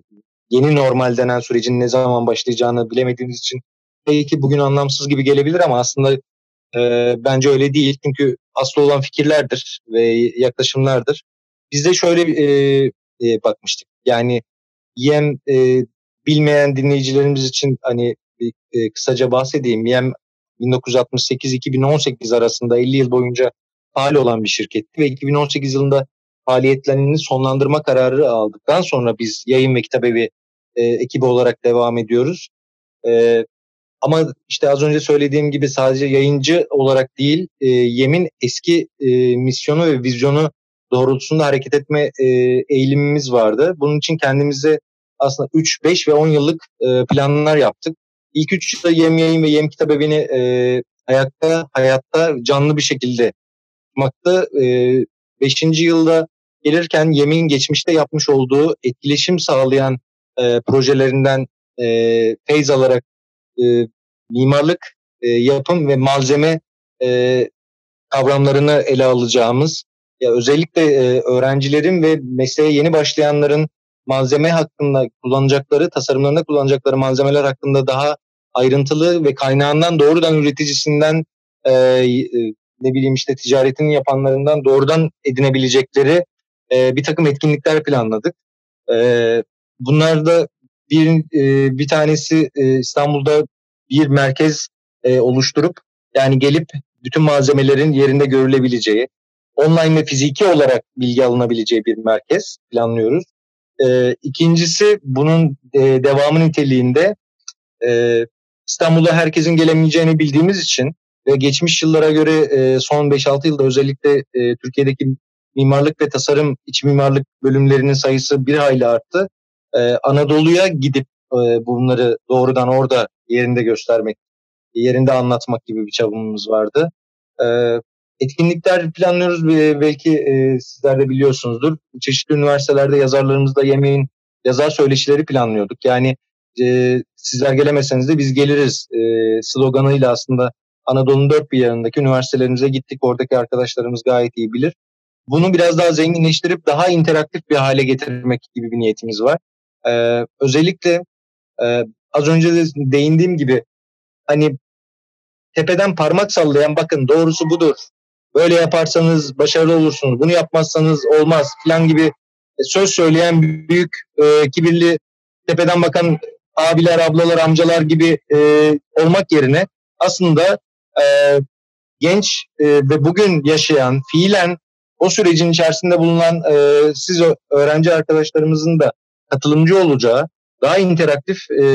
yeni normal denen sürecin ne zaman başlayacağını bilemediğimiz için belki bugün anlamsız gibi gelebilir ama aslında e, bence öyle değil. Çünkü asıl olan fikirlerdir ve yaklaşımlardır. Biz de şöyle e, e, bakmıştık. Yani Yem, e, bilmeyen dinleyicilerimiz için hani bir, e, kısaca bahsedeyim. Yem bin dokuz yüz altmış sekiz iki bin on sekiz arasında elli yıl boyunca faal olan bir şirketti ve iki bin on sekiz yılında faaliyetlerini sonlandırma kararı aldıktan sonra biz yayın ve kitabevi e, ekibi olarak devam ediyoruz. E, ama işte az önce söylediğim gibi sadece yayıncı olarak değil, e, Yem'in eski e, misyonu ve vizyonu doğrultusunda hareket etme e, eğilimimiz vardı. Bunun için kendimize aslında üç, beş ve on yıllık e, planlar yaptık. İlk üç yılda Yem Yayın ve Yem Kitabevi'ni e, ayakta, hayatta, canlı bir şekilde tutmakta. E, beşinci yılda gelirken Yem'in geçmişte yapmış olduğu etkileşim sağlayan e, projelerinden e, feyz alarak e, mimarlık, e, yapım ve malzeme e, kavramlarını ele alacağımız, ya özellikle e, öğrencilerin ve mesleğe yeni başlayanların malzeme hakkında kullanacakları, tasarımlarında kullanacakları malzemeler hakkında daha ayrıntılı ve kaynağından, doğrudan üreticisinden, e, e, ne bileyim işte ticaretini yapanlarından doğrudan edinebilecekleri e, bir takım etkinlikler planladık. E, bunlar da bir e, bir tanesi e, İstanbul'da bir merkez e, oluşturup, yani gelip bütün malzemelerin yerinde görülebileceği, online ve fiziki olarak bilgi alınabileceği bir merkez planlıyoruz. E, ikincisi, bunun e, devamı niteliğinde e, İstanbul'a herkesin gelemeyeceğini bildiğimiz için ve geçmiş yıllara göre e, son beş altı yılda özellikle e, Türkiye'deki mimarlık ve tasarım iç mimarlık bölümlerinin sayısı bir hayli arttı. E, Anadolu'ya gidip e, bunları doğrudan orada yerinde göstermek, yerinde anlatmak gibi bir çabamız vardı. E, etkinlikler planlıyoruz. Belki e, sizler de biliyorsunuzdur. Çeşitli üniversitelerde yazarlarımızla yemeğin yazar söyleşileri planlıyorduk. Yani e, sizler gelemeseniz de biz geliriz e, sloganıyla aslında Anadolu'nun dört bir yanındaki üniversitelerimize gittik. Oradaki arkadaşlarımız gayet iyi bilir. Bunu biraz daha zenginleştirip daha interaktif bir hale getirmek gibi bir niyetimiz var. E, özellikle e, az önce de değindiğim gibi, hani tepeden parmak sallayan, bakın doğrusu budur, böyle yaparsanız başarılı olursunuz, bunu yapmazsanız olmaz falan gibi söz söyleyen büyük e, kibirli, tepeden bakan abiler, ablalar, amcalar gibi e, olmak yerine aslında e, genç e, ve bugün yaşayan, fiilen o sürecin içerisinde bulunan e, siz öğrenci arkadaşlarımızın da katılımcı olacağı daha interaktif e,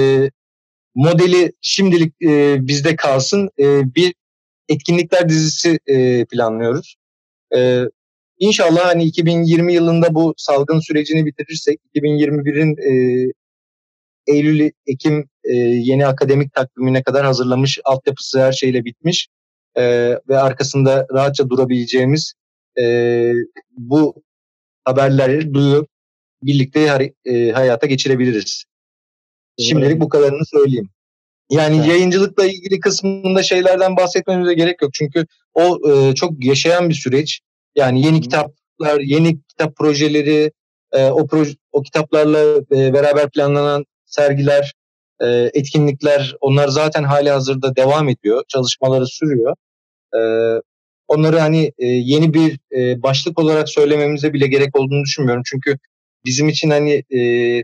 modeli şimdilik e, bizde kalsın e, bir etkinlikler dizisi e, planlıyoruz. E, İnşallah hani iki bin yirmi yılında bu salgın sürecini bitirirsek, iki bin yirmi birin e, Eylül, Ekim e, yeni akademik takvimine kadar hazırlamış, altyapısı her şeyle bitmiş e, ve arkasında rahatça durabileceğimiz e, bu haberleri duyup birlikte e, hayata geçirebiliriz. Şimdilik bu kadarını söyleyeyim. Yani evet. Yayıncılıkla ilgili kısmında şeylerden bahsetmemize gerek yok. Çünkü o e, çok yaşayan bir süreç. Yani yeni Hı. kitaplar, yeni kitap projeleri, e, o proje, o kitaplarla e, beraber planlanan sergiler, e, etkinlikler, onlar zaten hali hazırda devam ediyor. Çalışmaları sürüyor. E, onları hani e, yeni bir e, başlık olarak söylememize bile gerek olduğunu düşünmüyorum. Çünkü bizim için hani e,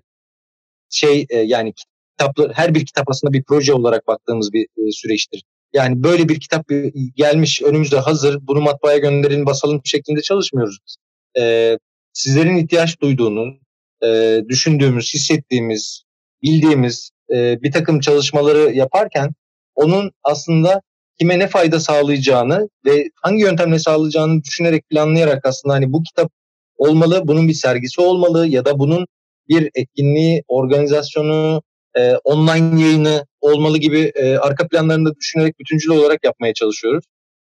şey e, yani kitaplar, her bir kitap aslında bir proje olarak baktığımız bir e, süreçtir. Yani böyle bir kitap e, gelmiş önümüzde hazır, bunu matbaaya gönderin basalım şeklinde çalışmıyoruz biz. E, sizlerin ihtiyaç duyduğunu, e, düşündüğümüz, hissettiğimiz, bildiğimiz e, bir takım çalışmaları yaparken onun aslında kime ne fayda sağlayacağını ve hangi yöntemle sağlayacağını düşünerek, planlayarak aslında hani bu kitap olmalı, bunun bir sergisi olmalı ya da bunun bir etkinliği, organizasyonu, e, online yayını olmalı gibi e, arka planlarını da düşünerek bütüncül olarak yapmaya çalışıyoruz.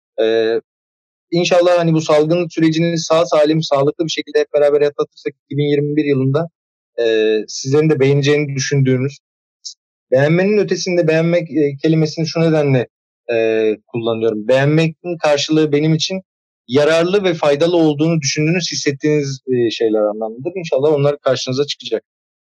E, İnşallah hani bu salgın sürecini sağ salim, sağlıklı bir şekilde hep beraber atlatırsak iki bin yirmi bir yılında e, sizlerin de beğeneceğini düşündüğünüz, beğenmenin ötesinde beğenmek e, kelimesini şu nedenle e, kullanıyorum. Beğenmenin karşılığı benim için yararlı ve faydalı olduğunu düşündüğünüz, hissettiğiniz e, şeyler anlamındadır. İnşallah onlar karşınıza çıkacak.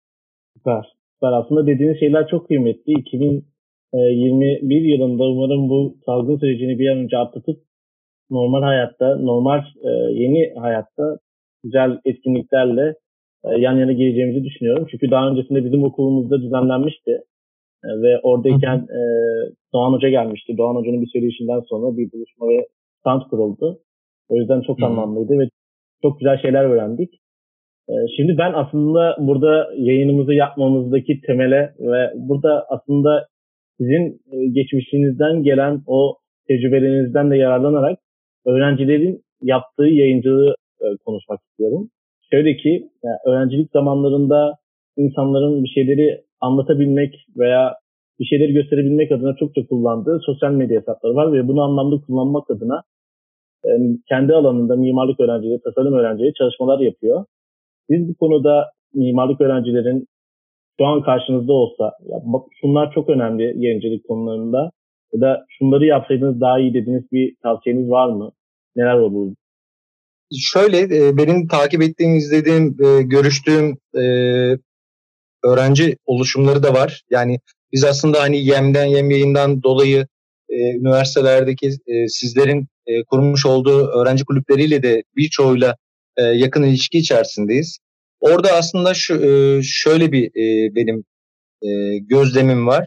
Süper. Süper. Aslında dediğiniz şeyler çok kıymetli. iki bin yirmi bir yılında umarım bu salgın sürecini bir an önce atlatıp normal hayatta, normal e, yeni hayatta güzel etkinliklerle e, yan yana geleceğimizi düşünüyorum. Çünkü daha öncesinde bizim okulumuzda düzenlenmişti. E, ve oradayken e, Doğan Hoca gelmişti. Doğan Hoca'nın bir söyleşinden sonra bir buluşma ve stand kuruldu. O yüzden çok Hı-hı. anlamlıydı ve çok güzel şeyler öğrendik. E, şimdi ben aslında burada yayınımızı yapmamızdaki temele ve burada aslında sizin e, geçmişinizden gelen o tecrübelerinizden de yararlanarak öğrencilerin yaptığı yayıncılığı e, konuşmak istiyorum. Şöyle ki, yani öğrencilik zamanlarında insanların bir şeyleri anlatabilmek veya bir şeyleri gösterebilmek adına çokça kullandığı sosyal medya hesapları var ve bunu anlamda kullanmak adına e, kendi alanında mimarlık öğrencileri, tasarım öğrencileri çalışmalar yapıyor. Siz bu konuda mimarlık öğrencilerin şu an karşınızda olsa, ya bak şunlar çok önemli yayıncılık konularında ya da şunları yapsaydınız daha iyi dediğiniz bir tavsiyeniz var mı? Neler olur? Şöyle, benim takip ettiğim, izlediğim, görüştüğüm öğrenci oluşumları da var. Yani biz aslında hani YEM'den, YEM yayından dolayı üniversitelerdeki sizlerin kurmuş olduğu öğrenci kulüpleriyle de birçoğuyla yakın ilişki içerisindeyiz. Orada aslında şu şöyle bir benim gözlemim var.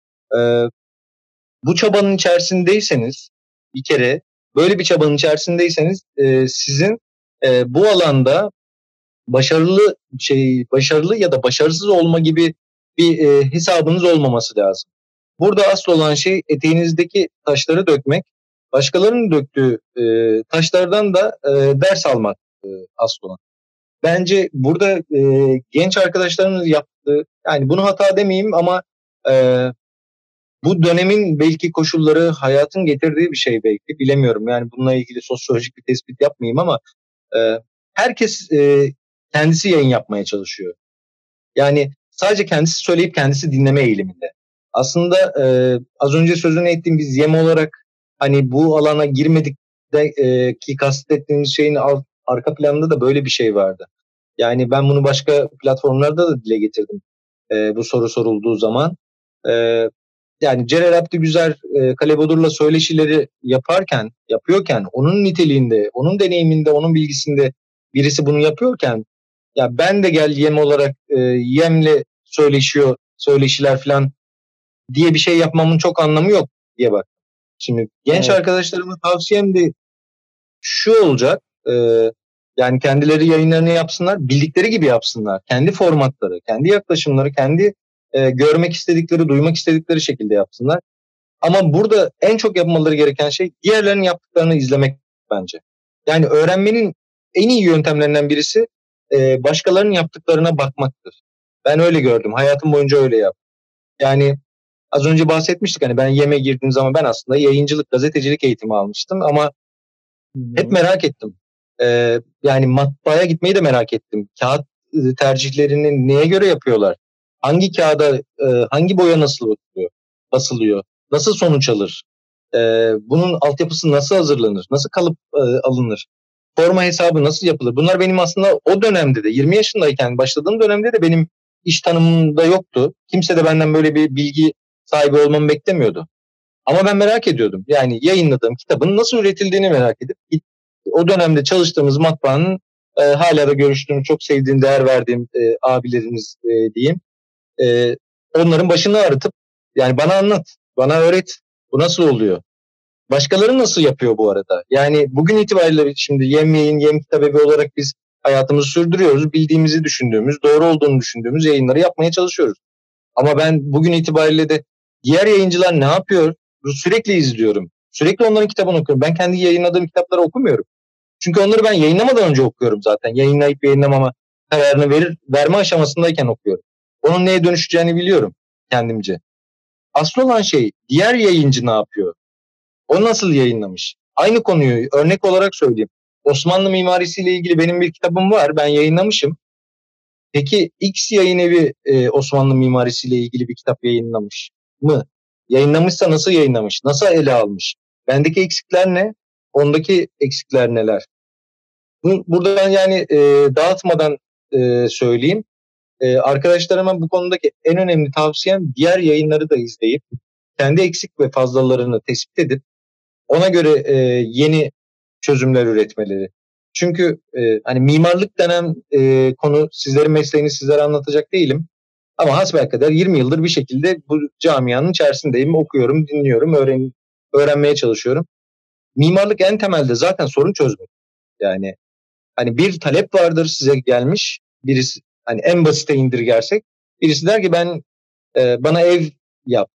Bu çabanın içerisindeyseniz bir kere böyle bir çabanın içerisindeyseniz e, sizin e, bu alanda başarılı şey başarılı ya da başarısız olma gibi bir e, hesabınız olmaması lazım. Burada asıl olan şey eteğinizdeki taşları dökmek, başkalarının döktüğü e, taşlardan da e, ders almak e, asıl olan. Bence burada e, genç arkadaşlarımız yaptığı, yani bunu hata demeyeyim ama e, bu dönemin belki koşulları, hayatın getirdiği bir şey belki, bilemiyorum. Yani bununla ilgili sosyolojik bir tespit yapmayayım ama e, herkes e, kendisi yayın yapmaya çalışıyor. Yani sadece kendisi söyleyip kendisi dinleme eğiliminde. Aslında e, az önce sözünü ettiğim biz YEM olarak hani bu alana girmedik de e, ki kastettiğimiz şeyin alt, arka planında da böyle bir şey vardı. Yani ben bunu başka platformlarda da dile getirdim e, bu soru sorulduğu zaman. E, Yani Celal Abdi Güzel e, Kale Bodur'la söyleşileri yaparken, yapıyorken, onun niteliğinde, onun deneyiminde, onun bilgisinde birisi bunu yapıyorken, ya ben de gel Yem olarak e, Yem'le söyleşiyor, söyleşiler falan diye bir şey yapmamın çok anlamı yok diye bak. Şimdi genç evet. Arkadaşlarıma tavsiyem de şu olacak, e, yani kendileri yayınlarını yapsınlar, bildikleri gibi yapsınlar. Kendi formatları, kendi yaklaşımları, kendi e, görmek istedikleri, duymak istedikleri şekilde yapsınlar. Ama burada en çok yapmaları gereken şey diğerlerinin yaptıklarını izlemek bence. Yani öğrenmenin en iyi yöntemlerinden birisi e, başkalarının yaptıklarına bakmaktır. Ben öyle gördüm. Hayatım boyunca öyle yaptım. Yani az önce bahsetmiştik, hani ben YEM'e girdiğim zaman ben aslında yayıncılık, gazetecilik eğitimi almıştım ama hmm. hep merak ettim. Ee, yani matbaaya gitmeyi de merak ettim. Kağıt tercihlerini neye göre yapıyorlar? Hangi kağıda, e, hangi boya nasıl basılıyor? basılıyor? Nasıl sonuç alır? Ee, bunun altyapısı nasıl hazırlanır? Nasıl kalıp e, alınır? forma hesabı nasıl yapılır? Bunlar benim aslında o dönemde de yirmi yaşındayken başladığım dönemde de benim iş tanımımda yoktu. Kimse de benden böyle bir bilgi sahibi olmamı beklemiyordu. Ama ben merak ediyordum. Yani yayınladığım kitabın nasıl üretildiğini merak edip o dönemde çalıştığımız matbaanın e, hala da görüştüğüm, çok sevdiğim, değer verdiğim e, abilerimiz e, diyeyim. E, onların başını ağrıtıp yani bana anlat, bana öğret. Bu nasıl oluyor? Başkaları nasıl yapıyor bu arada? Yani bugün itibariyle şimdi Yem Yayın, Yem Kitabevi olarak biz hayatımızı sürdürüyoruz. Bildiğimizi düşündüğümüz, doğru olduğunu düşündüğümüz yayınları yapmaya çalışıyoruz. Ama ben bugün itibariyle de diğer yayıncılar ne yapıyor? Sürekli izliyorum. Sürekli onların kitabını okuyorum. Ben kendi yayınladığım kitapları okumuyorum. Çünkü onları ben yayınlamadan önce okuyorum zaten. Yayınlayıp yayınlamama kararını verir, verme aşamasındayken okuyorum. Onun neye dönüşeceğini biliyorum kendimce. Asıl olan şey diğer yayıncı ne yapıyor? O nasıl yayınlamış? Aynı konuyu örnek olarak söyleyeyim. Osmanlı mimarisiyle ilgili benim bir kitabım var. Ben yayınlamışım. Peki X yayın evi e, Osmanlı mimarisiyle ilgili bir kitap yayınlamış mı? Yayınlamışsa nasıl yayınlamış? Nasıl ele almış? Bendeki eksikler ne? Ondaki eksikler neler? Bu, buradan yani e, dağıtmadan e, söyleyeyim. E, arkadaşlarıma bu konudaki en önemli tavsiyem diğer yayınları da izleyip kendi eksik ve fazlalarını tespit edip ona göre e, yeni çözümler üretmeleri. Çünkü e, hani mimarlık denen e, konu sizlerin mesleğini sizlere anlatacak değilim. Ama hasbelkader yirmi yıldır bir şekilde bu camianın içerisindeyim. Okuyorum, dinliyorum, öğren öğrenmeye çalışıyorum. Mimarlık en temelde zaten sorun çözmek. Yani hani bir talep vardır size gelmiş. Birisi hani en basite indirgersek. Birisi der ki ben e, bana ev yap.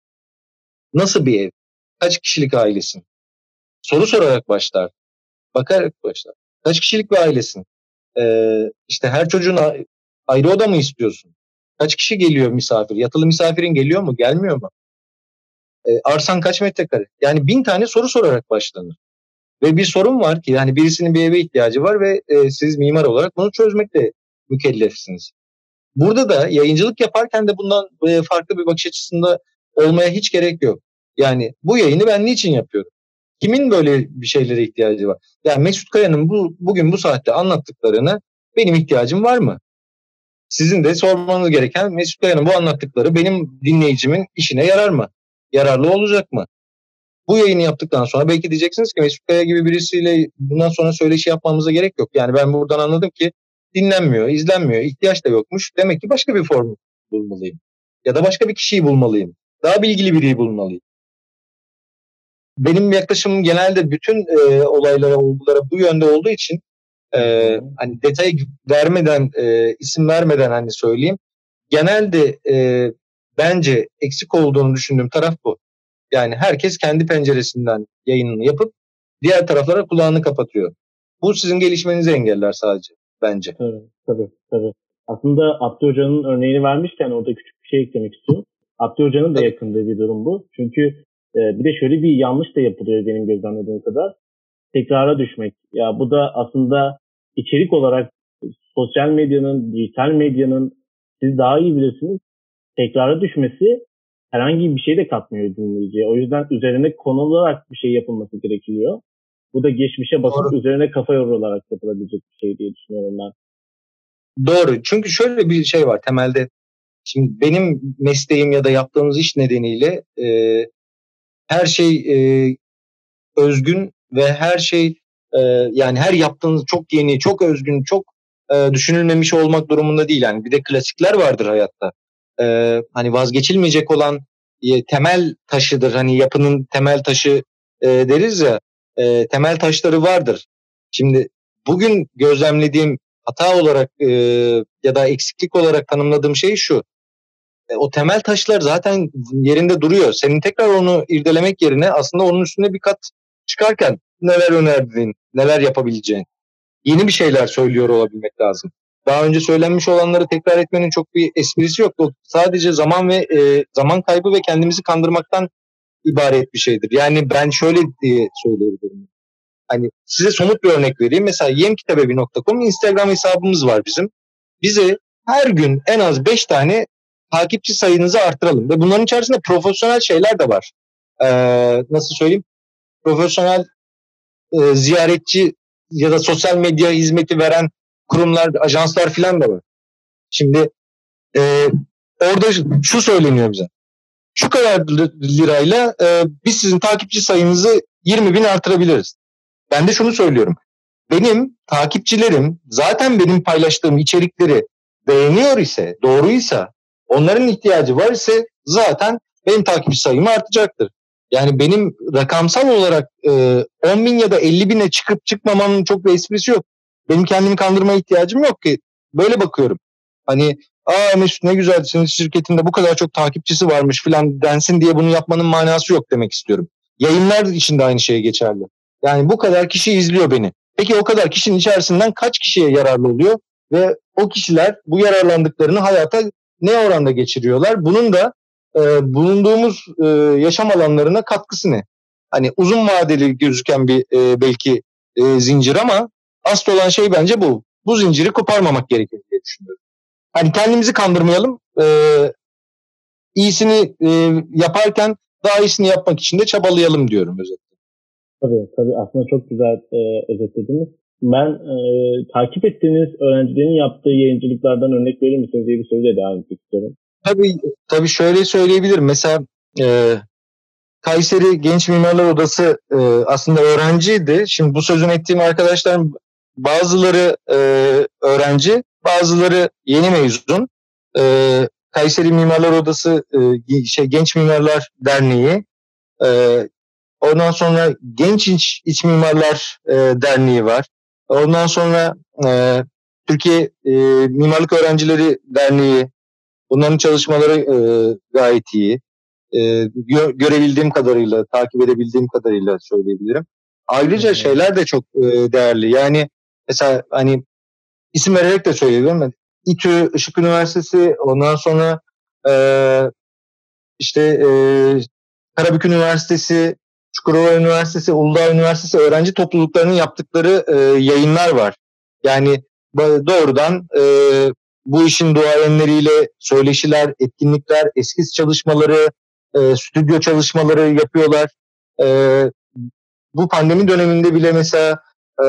Nasıl bir ev? Kaç kişilik ailesin? Soru sorarak başlar. Bakarak başlar. Kaç kişilik bir ailesin? Ee, işte her çocuğun ayrı oda mı istiyorsun? Kaç kişi geliyor misafir? Yatılı misafirin geliyor mu? Gelmiyor mu? Ee, arsan kaç metrekare? Yani bin tane soru sorarak başlanır. Ve bir sorun var ki yani birisinin bir eve ihtiyacı var ve e, siz mimar olarak bunu çözmekle mükellefsiniz. Burada da yayıncılık yaparken de bundan e, farklı bir bakış açısında olmaya hiç gerek yok. Yani bu yayını ben niçin yapıyorum? Kimin böyle bir şeylere ihtiyacı var? Yani Mesut Kaya'nın bu, bugün bu saatte anlattıklarına benim ihtiyacım var mı? Sizin de sormanız gereken Mesut Kaya'nın bu anlattıkları benim dinleyicimin işine yarar mı? Yararlı olacak mı? Bu yayını yaptıktan sonra belki diyeceksiniz ki Mesut Kaya gibi birisiyle bundan sonra söyleşi yapmamıza gerek yok. Yani ben buradan anladım ki dinlenmiyor, izlenmiyor, ihtiyaç da yokmuş. Demek ki başka bir form bulmalıyım. Ya da başka bir kişiyi bulmalıyım. Daha bilgili biriyi bulmalıyım. Benim yaklaşımım genelde bütün e, olaylara, olgulara bu yönde olduğu için e, hani detayı vermeden, e, isim vermeden hani söyleyeyim. Genelde e, bence eksik olduğunu düşündüğüm taraf bu. Yani herkes kendi penceresinden yayınını yapıp diğer taraflara kulağını kapatıyor. Bu sizin gelişmenizi engeller sadece bence. Tabii, tabii, tabii. Aslında Abdü Hoca'nın örneğini vermişken orada küçük bir şey eklemek istiyorum. Abdü Hoca'nın da Tabii. yakındığı bir durum bu. Çünkü e, bir de şöyle bir yanlış da yapılıyor benim gözlemlediğim kadar. Tekrara düşmek. Ya bu da aslında içerik olarak sosyal medyanın, dijital medyanın siz daha iyi bilirsiniz. Tekrara düşmesi herhangi bir şey de katmıyor dinleyiciye. O yüzden üzerine konularak bir şey yapılması gerekiyor. Bu da geçmişe bakıp Doğru. üzerine kafa yorularak yapılabilecek bir şey diye düşünüyorum ben. Doğru. Çünkü şöyle bir şey var temelde. Şimdi benim mesleğim ya da yaptığımız iş nedeniyle e, her şey e, özgün ve her şey e, yani her yaptığınız çok yeni, çok özgün, çok e, düşünülmemiş olmak durumunda değil. Yani bir de klasikler vardır hayatta. E, hani vazgeçilmeyecek olan e, temel taşıdır. Hani yapının temel taşı e, deriz ya. E, temel taşları vardır. Şimdi bugün gözlemlediğim hata olarak e, ya da eksiklik olarak tanımladığım şey şu. E, o temel taşlar zaten yerinde duruyor. Senin tekrar onu irdelemek yerine aslında onun üstüne bir kat çıkarken neler önerdiğin, neler yapabileceğin, yeni bir şeyler söylüyor olabilmek lazım. Daha önce söylenmiş olanları tekrar etmenin çok bir esprisi yok. O sadece zaman ve e, zaman kaybı ve kendimizi kandırmaktan ibaret bir şeydir. Yani ben şöyle diye söyleyebilirim. Hani size somut bir örnek vereyim. Mesela yemkitabevi nokta com Instagram hesabımız var bizim. Bize her gün en az beş tane takipçi sayınızı arttıralım. Ve bunların içerisinde profesyonel şeyler de var. Ee, nasıl söyleyeyim? Profesyonel e, ziyaretçi ya da sosyal medya hizmeti veren kurumlar, ajanslar falan da var. Şimdi e, orada şu söyleniyor bize. Şu kadar lirayla e, biz sizin takipçi sayınızı yirmi bin artırabiliriz. Ben de şunu söylüyorum. Benim takipçilerim zaten benim paylaştığım içerikleri beğeniyor ise, doğruysa, onların ihtiyacı var ise zaten benim takipçi sayım artacaktır. Yani benim rakamsal olarak e, on bin ya da elli bine çıkıp çıkmamamın çok bir esprisi yok. Benim kendimi kandırmaya ihtiyacım yok ki. Böyle bakıyorum. Hani aa Mesut ne güzel senin şirketinde bu kadar çok takipçisi varmış filan densin diye bunu yapmanın manası yok demek istiyorum. Yayınlar için de aynı şey geçerli. Yani bu kadar kişi izliyor beni. Peki o kadar kişinin içerisinden kaç kişiye yararlı oluyor ve o kişiler bu yararlandıklarını hayata ne oranda geçiriyorlar? Bunun da e, bulunduğumuz e, yaşam alanlarına katkısı ne? Hani uzun vadeli gözüken bir e, belki e, zincir ama asıl olan şey bence bu. Bu zinciri koparmamak gerekir diye düşünüyorum. Hani kendimizi kandırmayalım. E, iyisini e, yaparken daha iyisini yapmak için de çabalayalım diyorum özellikle. Tabii tabii aslında çok güzel e, özetlediniz. Ben e, takip ettiğiniz öğrencilerin yaptığı yayıncılıklardan örnek verir misiniz diye bir soruyla devam etmek istiyorum. Tabii, tabii şöyle söyleyebilirim. Mesela e, Kayseri Genç Mimarlar Odası e, aslında öğrenciydi. Şimdi bu sözünü ettiğim arkadaşlar bazıları e, öğrenci, bazıları yeni mezun. E, Kayseri Mimarlar Odası e, şey Genç Mimarlar Derneği, e, ondan sonra Genç İç, İç Mimarlar e, Derneği var. Ondan sonra e, Türkiye e, Mimarlık Öğrencileri Derneği. Bunların çalışmaları e, gayet iyi. E, gö- görebildiğim kadarıyla, takip edebildiğim kadarıyla söyleyebilirim. Ayrıca hmm. şeyler de çok e, değerli. Yani mesela hani isim vererek de söyleyebilirim. Ben. İTÜ, Işık Üniversitesi, ondan sonra e, işte e, Karabük Üniversitesi, Çukurova Üniversitesi, Uludağ Üniversitesi öğrenci topluluklarının yaptıkları e, yayınlar var. Yani doğrudan e, bu işin duayenleriyle söyleşiler, etkinlikler, eskiz çalışmaları, e, stüdyo çalışmaları yapıyorlar. E, bu pandemi döneminde bile mesela e,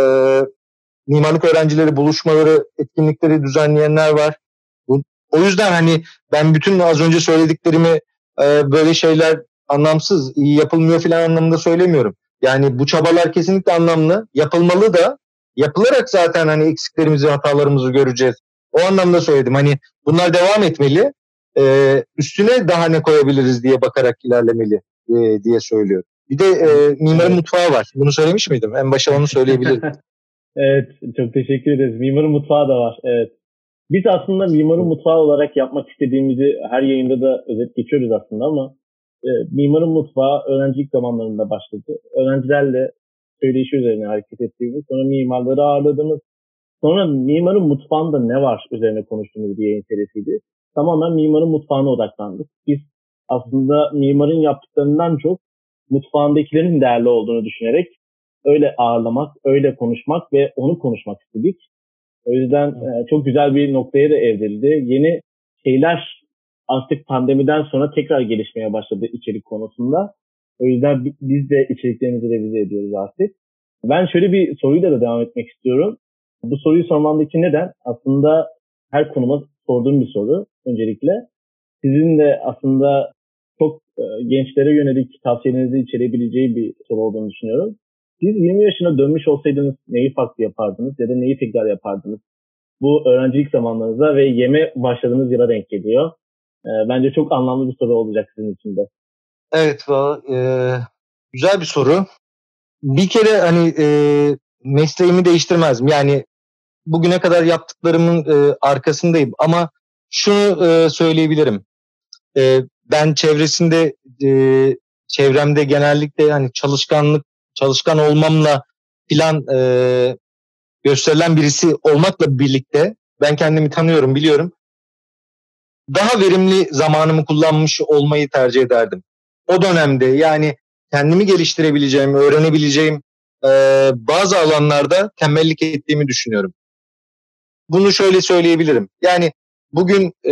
mimarlık öğrencileri buluşmaları, etkinlikleri düzenleyenler var. Bu, o yüzden hani ben bütün az önce söylediklerimi e, böyle şeyler anlamsız, iyi yapılmıyor falan anlamında söylemiyorum. Yani bu çabalar kesinlikle anlamlı, yapılmalı da yapılarak zaten hani eksiklerimizi, hatalarımızı göreceğiz. O anlamda söyledim. Hani bunlar devam etmeli. E, üstüne daha ne koyabiliriz diye bakarak ilerlemeli e, diye söylüyorum. Bir de e, mimarın evet. mutfağı var. Bunu söylemiş miydim? En başta onu söyleyebilirim. Evet, çok teşekkür ederiz. Mimarın mutfağı da var. Evet. Biz aslında mimarın mutfağı olarak yapmak istediğimizi her yayında da özet geçiyoruz aslında ama e, mimarın mutfağı öğrencilik zamanlarında başladı. Öğrencilerle söyleşi üzerine hareket ettiğimiz, sonra mimarları ağırladığımız, sonra mimarın mutfağında ne var üzerine konuştuğumuz bir yayın serisiydi. Tamamen mimarın mutfağına odaklandık. Biz aslında mimarın yaptıklarından çok mutfağındakilerin değerli olduğunu düşünerek öyle ağırlamak, öyle konuşmak ve onu konuşmak istedik. O yüzden e, çok güzel bir noktaya da evrildi. Yeni şeyler artık pandemiden sonra tekrar gelişmeye başladı içerik konusunda. O yüzden biz de içeriklerimizi revize ediyoruz artık. Ben şöyle bir soruyla da devam etmek istiyorum. Bu soruyu sormamdaki neden? Aslında her konuma sorduğum bir soru öncelikle. Sizin de aslında çok e, gençlere yönelik tavsiyelerinizi içerebileceği bir soru olduğunu düşünüyorum. Siz yirmi yaşına dönmüş olsaydınız neyi farklı yapardınız ya da neyi tekrar yapardınız? Bu öğrencilik zamanlarınıza ve yeme başladığınız yıla denk geliyor. E, bence çok anlamlı bir soru olacak sizin için de. Evet, e, güzel bir soru. Bir kere hani e, mesleğimi değiştirmezdim. Yani bugüne kadar yaptıklarımın e, arkasındayım. Ama şunu e, söyleyebilirim. E, ben çevresinde, e, çevremde genellikle hani çalışkanlık, çalışkan olmamla filan e, gösterilen birisi olmakla birlikte ben kendimi tanıyorum, biliyorum. Daha verimli zamanımı kullanmış olmayı tercih ederdim. O dönemde yani kendimi geliştirebileceğim, öğrenebileceğim e, bazı alanlarda tembellik ettiğimi düşünüyorum. Bunu şöyle söyleyebilirim. Yani bugün e,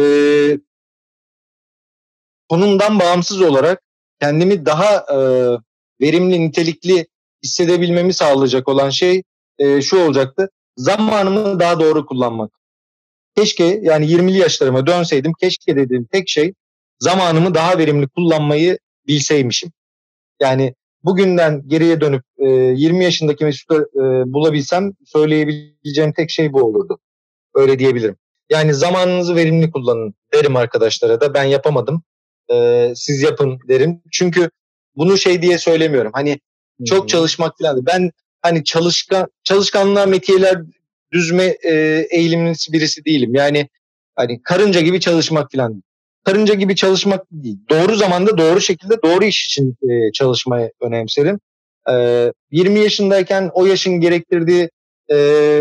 konumdan bağımsız olarak kendimi daha e, verimli, nitelikli hissedebilmemi sağlayacak olan şey e, şu olacaktı. Zamanımı daha doğru kullanmak. Keşke yani yirmili yaşlarıma dönseydim, keşke dediğim tek şey zamanımı daha verimli kullanmayı bilseymişim. Yani bugünden geriye dönüp e, yirmi yaşındaki Mesut'u e, bulabilsem söyleyebileceğim tek şey bu olurdu. Öyle diyebilirim. Yani zamanınızı verimli kullanın derim arkadaşlara da. Ben yapamadım. E, siz yapın derim. Çünkü bunu şey diye söylemiyorum. Hani çok Hı-hı. çalışmak falan. Ben hani çalışkan çalışkanlığa metiyeler düzme e, eğilimlisi birisi değilim. Yani hani karınca gibi çalışmak falan. Karınca gibi çalışmak değil. Doğru zamanda doğru şekilde doğru iş için e, çalışmayı önemserim. E, yirmi yaşındayken o yaşın gerektirdiği e,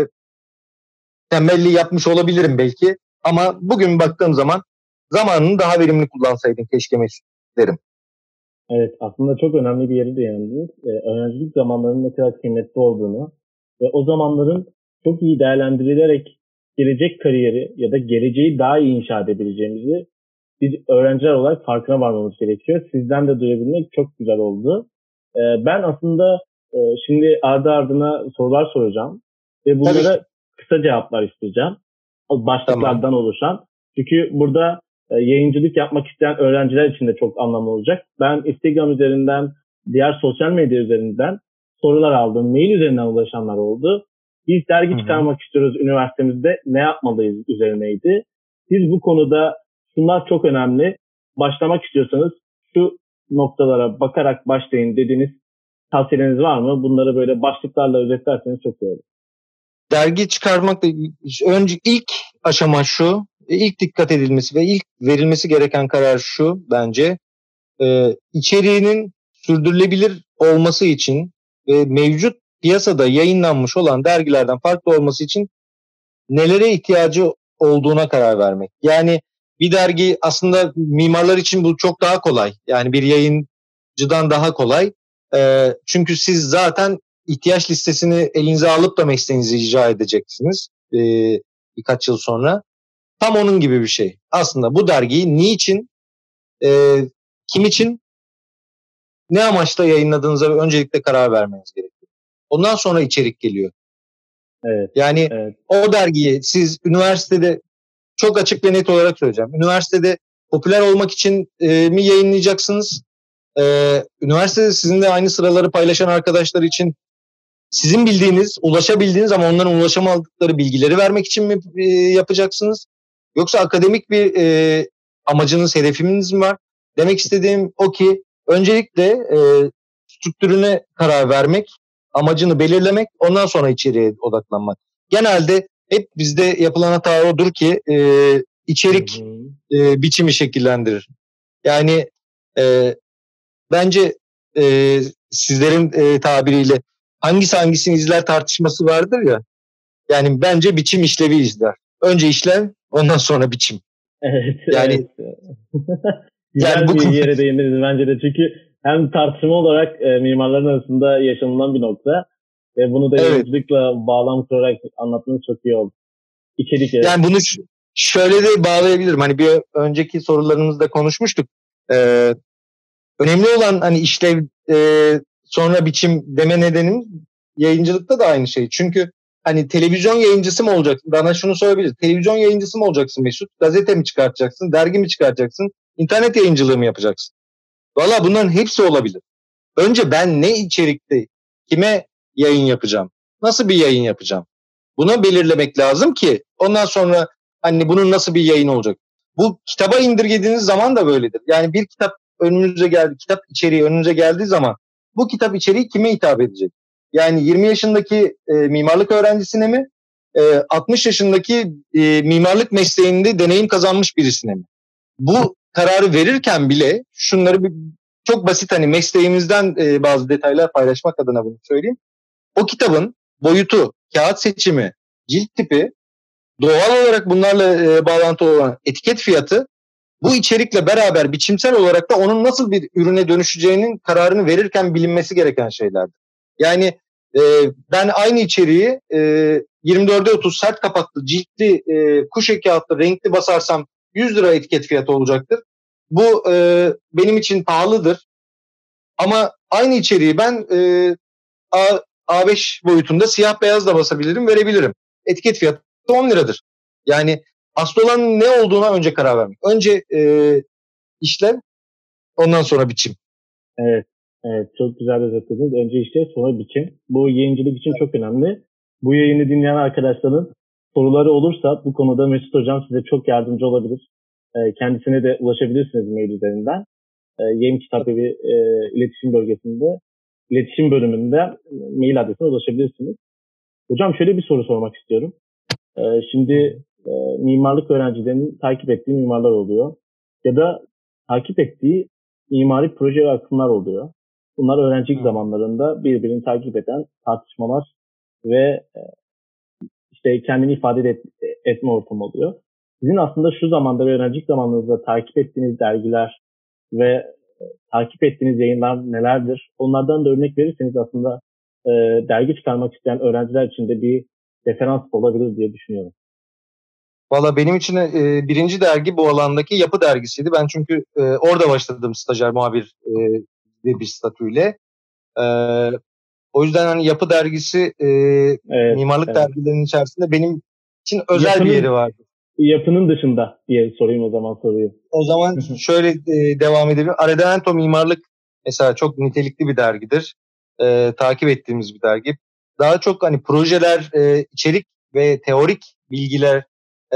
tembelliği yapmış olabilirim belki. Ama bugün baktığım zaman zamanını daha verimli kullansaydın keşke Mesut derim. Evet, aslında çok önemli bir yeri de değindiniz. Ee, öğrencilik zamanlarının ne kadar kıymetli olduğunu ve o zamanların çok iyi değerlendirilerek gelecek kariyeri ya da geleceği daha iyi inşa edebileceğimizi biz öğrenciler olarak farkına varmamız gerekiyor. Sizden de duyabilmek çok güzel oldu. Ee, ben aslında e, şimdi ardı ardına sorular soracağım ve bunlara kısa cevaplar isteyeceğim. Başlıklardan tamam. oluşan. Çünkü burada e, yayıncılık yapmak isteyen öğrenciler için de çok anlamlı olacak. Ben Instagram üzerinden, diğer sosyal medya üzerinden sorular aldım. Mail üzerinden ulaşanlar oldu. Biz dergi Hı-hı. çıkarmak istiyoruz üniversitemizde. Ne yapmalıyız üzerineydi. Siz bu konuda şunlar çok önemli. Başlamak istiyorsanız şu noktalara bakarak başlayın dediğiniz tavsiyeleriniz var mı? Bunları böyle başlıklarla özetlerseniz çok iyi olur. Dergi çıkarmak da önce ilk aşama şu, ilk dikkat edilmesi ve ilk verilmesi gereken karar şu bence. Ee, içeriğinin sürdürülebilir olması için ve mevcut piyasada yayınlanmış olan dergilerden farklı olması için nelere ihtiyacı olduğuna karar vermek. Yani bir dergi aslında mimarlar için bu çok daha kolay. Yani bir yayıncıdan daha kolay. Ee, çünkü siz zaten ihtiyaç listesini elinize alıp da mesleğinizi icra edeceksiniz e, birkaç yıl sonra. Tam onun gibi bir şey. Aslında bu dergiyi niçin, e, kim için, ne amaçla yayınladığınıza öncelikle karar vermeniz gerekiyor. Ondan sonra içerik geliyor. Evet, yani evet. O dergiyi siz üniversitede, çok açık ve net olarak söyleyeceğim, üniversitede popüler olmak için e, mi yayınlayacaksınız? E, üniversitede sizinle aynı sıraları paylaşan arkadaşlar için sizin bildiğiniz, ulaşabildiğiniz ama onların ulaşamadıkları bilgileri vermek için mi e, yapacaksınız? Yoksa akademik bir e, amacınız, hedefiniz mi var? Demek istediğim o ki öncelikle e, strüktürüne karar vermek, amacını belirlemek, ondan sonra içeriğe odaklanmak. Genelde hep bizde yapılan hata odur ki e, içerik e, biçimi şekillendirir. Yani e, bence e, sizlerin e, tabiriyle hangisi hangisini izler tartışması vardır ya. Yani bence biçim işlevi izler. Önce işlev, ondan sonra biçim. Evet. Yani evet. Güzel yani bir bu yere değindiniz bence de. Çünkü hem tartışma olarak e, mimarların arasında yaşanılan bir nokta ve bunu da evet. yayıncılıkla bağlam kurarak anlatmanız çok iyi oldu. İçerik evet. Yani bunu ş- şöyle de bağlayabilirim. Hani bir önceki sorularımızda konuşmuştuk. Ee, önemli olan hani işlev e, sonra biçim deme nedenim yayıncılıkta da aynı şey. Çünkü hani televizyon yayıncısı mı olacaksın? Bana şunu sorabilir. Televizyon yayıncısı mı olacaksın Mesut? Gazete mi çıkartacaksın? Dergi mi çıkartacaksın? İnternet yayıncılığı mı yapacaksın? Valla bunların hepsi olabilir. Önce ben ne içerikte, kime yayın yapacağım? Nasıl bir yayın yapacağım? Bunu belirlemek lazım ki ondan sonra hani bunun nasıl bir yayın olacak? Bu kitaba indirgediğiniz zaman da böyledir. Yani bir kitap önünüze geldi, kitap içeriği önünüze geldiği zaman bu kitap içeriği kime hitap edecek? Yani yirmi yaşındaki e, mimarlık öğrencisine mi? E, altmış yaşındaki e, mimarlık mesleğinde deneyim kazanmış birisine mi? Bu kararı verirken bile şunları bir, çok basit hani mesleğimizden e, bazı detaylar paylaşmak adına bunu söyleyeyim. O kitabın boyutu, kağıt seçimi, cilt tipi, doğal olarak bunlarla e, bağlantılı olan etiket fiyatı, bu içerikle beraber biçimsel olarak da onun nasıl bir ürüne dönüşeceğinin kararını verirken bilinmesi gereken şeylerdir. Yani e, ben aynı içeriği e, yirmi dörde otuz sert kapaklı, ciltli, e, kuşe kağıtlı, renkli basarsam yüz lira etiket fiyatı olacaktır. Bu e, benim için pahalıdır. Ama aynı içeriği ben e, A beş boyutunda siyah beyaz da basabilirim, verebilirim. Etiket fiyatı on liradır. Yani asıl olan ne olduğuna önce karar vermek. Önce e, işlem, ondan sonra biçim. Evet. Evet. Çok güzel özetlediniz. Önce işte sonra biçim. Bu yayıncılık için çok önemli. Bu yayını dinleyen arkadaşların soruları olursa bu konuda Mesut Hocam size çok yardımcı olabilir. E, kendisine de ulaşabilirsiniz mail üzerinden. E, Yayın Kitap Evi e, iletişim bölgesinde, iletişim bölümünde mail adresine ulaşabilirsiniz. Hocam şöyle bir soru sormak istiyorum. E, şimdi e, mimarlık öğrencilerinin takip ettiği mimarlar oluyor. Ya da takip ettiği mimari proje ve akımlar oluyor. Bunlar öğrencilik Hı. zamanlarında birbirini takip eden tartışmalar ve e, işte kendini ifade et, etme ortamı oluyor. Sizin aslında şu zamanda ve öğrencilik zamanlarınızda takip ettiğiniz dergiler ve e, takip ettiğiniz yayınlar nelerdir? Onlardan da örnek verirseniz aslında e, dergi çıkarmak isteyen öğrenciler için de bir referans olabilir diye düşünüyorum. Valla benim için e, birinci dergi bu alandaki Yapı Dergisi'ydi. Ben çünkü e, orada başladım stajyer muhabir e, bir statüyle. E, o yüzden hani Yapı Dergisi e, evet, mimarlık evet. dergilerinin içerisinde benim için özel yapının, bir yeri vardı. Yapının dışında diye sorayım o zaman soruyu. O zaman şöyle e, devam edelim. Arredamento Mimarlık mesela çok nitelikli bir dergidir. E, takip ettiğimiz bir dergi. Daha çok hani projeler, e, içerik ve teorik bilgiler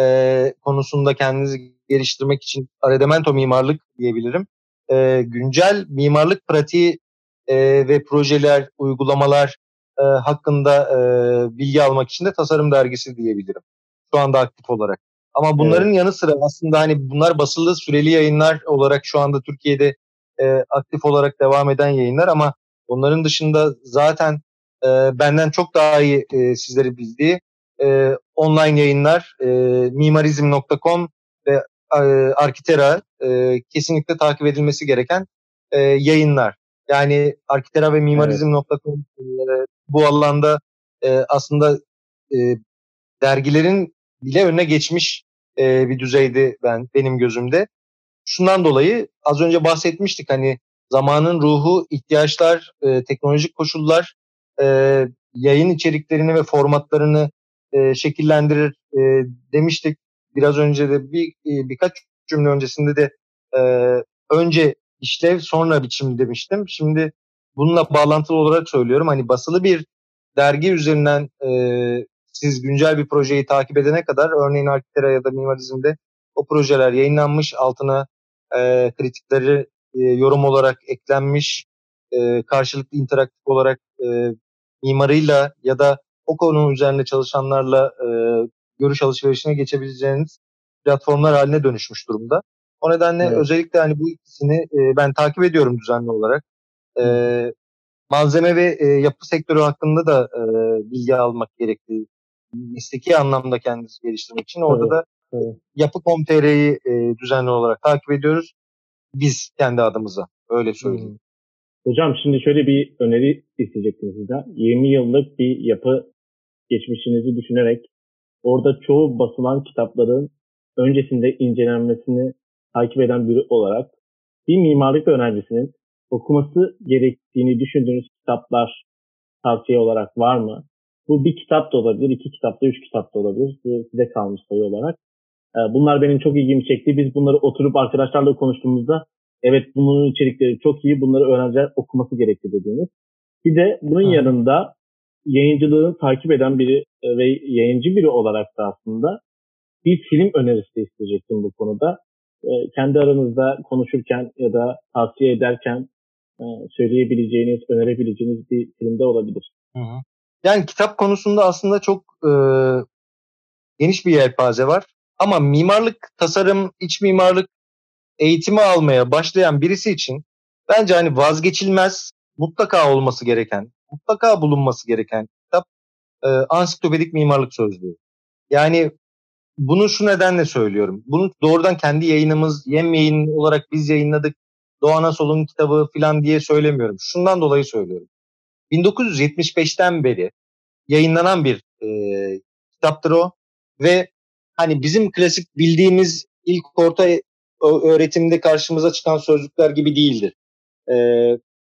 e, konusunda kendinizi geliştirmek için Arredamento Mimarlık diyebilirim. E, güncel mimarlık pratiği e, ve projeler, uygulamalar e, hakkında e, bilgi almak için de Tasarım Dergisi diyebilirim. Şu anda aktif olarak. Ama bunların evet. yanı sıra aslında hani bunlar basılı süreli yayınlar olarak şu anda Türkiye'de e, aktif olarak devam eden yayınlar, ama onların dışında zaten e, benden çok daha iyi e, sizleri bildiği e, online yayınlar e, mimarizm nokta com ve e, Arkitera e, kesinlikle takip edilmesi gereken e, yayınlar. Yani Arkitera ve mimarizm nokta com evet. e, bu alanda e, aslında e, dergilerin bile önüne geçmiş e, bir düzeydi ben benim gözümde. Şundan dolayı az önce bahsetmiştik, hani zamanın ruhu, ihtiyaçlar, e, teknolojik koşullar e, yayın içeriklerini ve formatlarını e, şekillendirir e, demiştik. Biraz önce de bir e, birkaç cümle öncesinde de e, önce işlev sonra biçim demiştim. Şimdi bununla bağlantılı olarak söylüyorum. Hani basılı bir dergi üzerinden e, siz güncel bir projeyi takip edene kadar, örneğin Arkitera ya da Mimarizm'de o projeler yayınlanmış, altına e, kritikleri e, yorum olarak eklenmiş, e, karşılıklı interaktif olarak e, mimarıyla ya da o konu üzerinde çalışanlarla e, görüş alışverişine geçebileceğiniz platformlar haline dönüşmüş durumda. O nedenle evet. özellikle hani bu ikisini e, ben takip ediyorum düzenli olarak. E, malzeme ve e, yapı sektörü hakkında da e, bilgi almak gerektiği, mesleki anlamda kendimizi geliştirmek için orada evet. da evet. yapı nokta com nokta tr'yi e, düzenli olarak takip ediyoruz. Biz kendi adımıza. Öyle söyleyeyim. Hmm. Hocam şimdi şöyle bir öneri isteyecektim sizden. yirmi yıllık bir yapı geçmişinizi düşünerek orada çoğu basılan kitapların öncesinde incelenmesini takip eden biri olarak bir mimarlık öğrencisinin okuması gerektiğini düşündüğünüz kitaplar tavsiye olarak var mı? Bu bir kitap da olabilir, iki kitap da, üç kitap da olabilir. Bu size kalmış sayı olarak. Bunlar benim çok ilgimi çekti. Biz bunları oturup arkadaşlarla konuştuğumuzda evet bunun içerikleri çok iyi, bunları öğrenciler okuması gerekli dediğiniz. Bir de bunun Hı. yanında yayıncılığını takip eden biri ve yayıncı biri olarak da aslında bir film önerisi de isteyecektim bu konuda. Kendi aranızda konuşurken ya da tavsiye ederken söyleyebileceğiniz, önerebileceğiniz bir filmde olabilir. Hı hı. Yani kitap konusunda aslında çok e, geniş bir yelpaze var. Ama mimarlık, tasarım, iç mimarlık eğitimi almaya başlayan birisi için bence hani vazgeçilmez, mutlaka olması gereken, mutlaka bulunması gereken kitap e, Ansiklopedik Mimarlık Sözlüğü. Yani bunu şu nedenle söylüyorum. Bunu doğrudan kendi yayınımız, Yem Yayın olarak biz yayınladık, Doğan Asol'un kitabı falan diye söylemiyorum. Şundan dolayı söylüyorum. bin dokuz yüz yetmiş beşten beri yayınlanan bir e, kitaptır o ve hani bizim klasik bildiğimiz ilk orta öğretimde karşımıza çıkan sözlükler gibi değildir. E,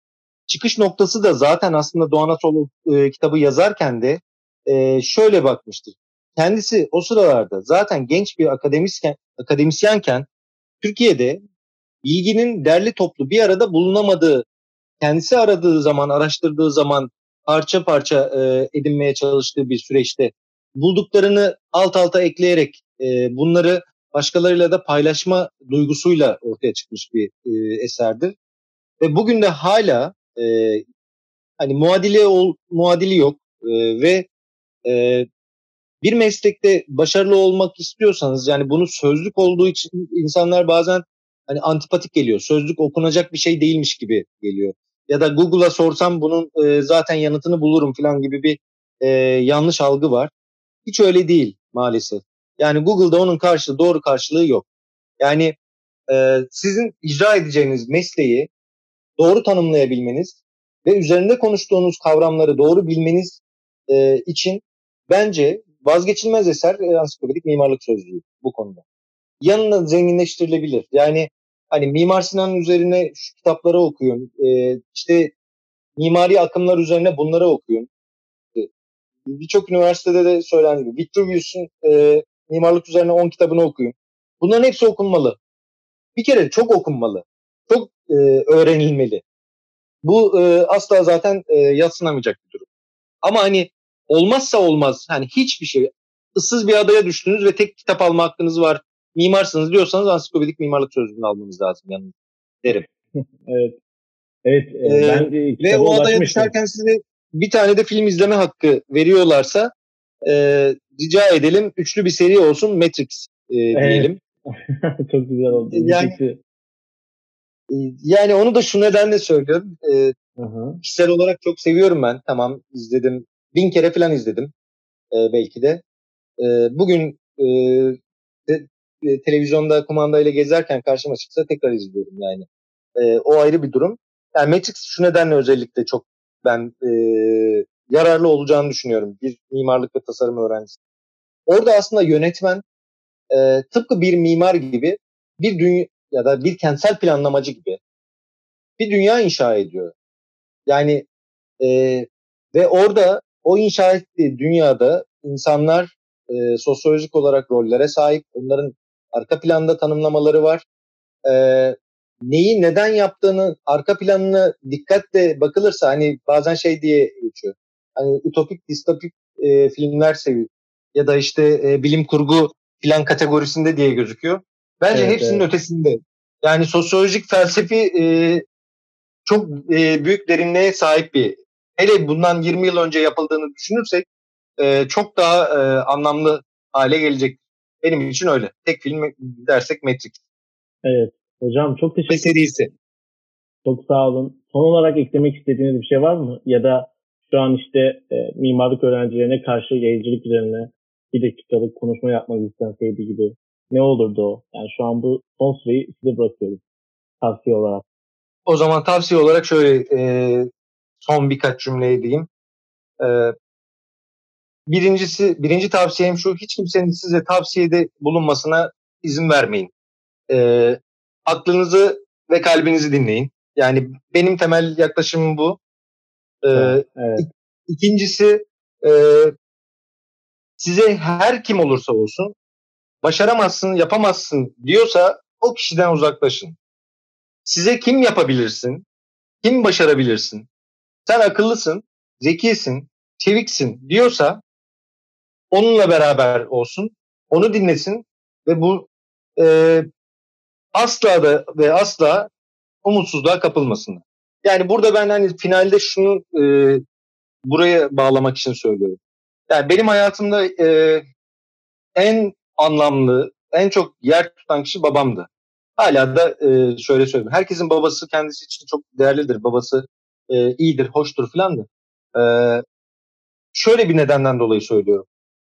çıkış noktası da zaten aslında Doğan Ataoğlu e, kitabı yazarken de e, şöyle bakmıştır. Kendisi o sıralarda zaten genç bir akademisyen, akademisyenken Türkiye'de bilginin derli toplu bir arada bulunamadığı, kendisi aradığı zaman, araştırdığı zaman parça parça e, edinmeye çalıştığı bir süreçte bulduklarını alt alta ekleyerek e, bunları başkalarıyla da paylaşma duygusuyla ortaya çıkmış bir e, eserdir. Ve bugün de hala e, hani muadili ol, muadili yok e, ve e, bir meslekte başarılı olmak istiyorsanız, yani bunu sözlük olduğu için insanlar bazen hani antipatik geliyor. Sözlük okunacak bir şey değilmiş gibi geliyor. Ya da Google'a sorsam bunun e, zaten yanıtını bulurum falan gibi bir e, yanlış algı var. Hiç öyle değil maalesef. Yani Google'da onun karşılığı, doğru karşılığı yok. Yani e, sizin icra edeceğiniz mesleği doğru tanımlayabilmeniz ve üzerinde konuştuğunuz kavramları doğru bilmeniz e, için bence vazgeçilmez eser e, ansiklopedik mimarlık sözlüğü bu konuda. Yanına zenginleştirilebilir. Yani hani Mimar Sinan'ın üzerine şu kitapları okuyun. E, işte mimari akımlar üzerine bunları okuyun. E, Birçok üniversitede de söylendiği gibi Vitruvius'un e, mimarlık üzerine on kitabını okuyun. Bunların hepsi okunmalı. Bir kere çok okunmalı. Çok e, öğrenilmeli. Bu e, asla zaten e, yadsınamayacak bir durum. Ama hani olmazsa olmaz, hani hiçbir şey, ıssız bir adaya düştünüz ve tek kitap alma hakkınız var, mimarsınız diyorsanız ansiklopedik mimarlık sözlüğünü almanız lazım yanınıza derim. Evet. Evet, e, Ee, ben e, ve kitaba o adaya ulaşmıştım. düşerken size bir tane de film izleme hakkı veriyorlarsa e, rica edelim üçlü bir seri olsun, Matrix e, Evet. diyelim. Çok güzel oldu. Yani Matrix'i. e, yani onu da şu nedenle söylüyorum. E, Hı hı. kişisel olarak çok seviyorum ben. Tamam, izledim. Bin kere falan izledim e, belki de. E, bugün e, de, e, televizyonda kumandayla gezerken karşıma çıksa tekrar izliyorum yani. E, o ayrı bir durum. Yani Matrix şu nedenle özellikle çok ben e, yararlı olacağını düşünüyorum bir mimarlık ve tasarım öğrencisi. Orada aslında yönetmen e, tıpkı bir mimar gibi bir dünya ya da bir kentsel planlamacı gibi bir dünya inşa ediyor. Yani e, ve orada o inşa ettiği dünyada insanlar e, sosyolojik olarak rollere sahip. Onların arka planda tanımlamaları var. E, neyi neden yaptığını, arka planına dikkatle bakılırsa hani bazen şey diye geçiyor. Hani ütopik, distopik e, filmler seviyor. Ya da işte e, bilim kurgu plan kategorisinde diye gözüküyor. Bence Evet, hepsinin evet. ötesinde. Yani sosyolojik felsefi e, çok e, büyük derinliğe sahip bir. Hele bundan yirmi yıl önce yapıldığını düşünürsek e, çok daha e, anlamlı hale gelecek. Benim için öyle. Tek film dersek Matrix Evet. Hocam çok ve teşekkür serisi. Çok sağ olun. Son olarak eklemek istediğiniz bir şey var mı? Ya da şu an işte e, mimarlık öğrencilerine karşı yayıncılık üzerine bir dakikalık konuşma yapmak istenseydi gibi. Ne olurdu o? Yani şu an bu son süreyi size bırakıyoruz tavsiye olarak. O zaman tavsiye olarak şöyle e, son birkaç cümle edeyim. E, birincisi, birinci tavsiyem şu: hiç kimsenin size tavsiyede bulunmasına izin vermeyin. E, aklınızı ve kalbinizi dinleyin. Yani benim temel yaklaşımım bu. E, Tamam. Evet. ikincisi, e, size her kim olursa olsun başaramazsın, yapamazsın diyorsa o kişiden uzaklaşın. Size kim yapabilirsin, kim başarabilirsin, sen akıllısın, zekisin, çeviksin diyorsa onunla beraber olsun, onu dinlesin ve bu e, asla da ve asla umutsuzluğa kapılmasın. Yani burada ben hani finalde şunu e, buraya bağlamak için söylüyorum. Yani benim hayatımda e, en anlamlı, en çok yer tutan kişi babamdı. Hala da e, şöyle söyleyeyim. Herkesin babası kendisi için çok değerlidir. Babası e, iyidir, hoştur filan da. E, şöyle bir nedenden dolayı söylüyorum.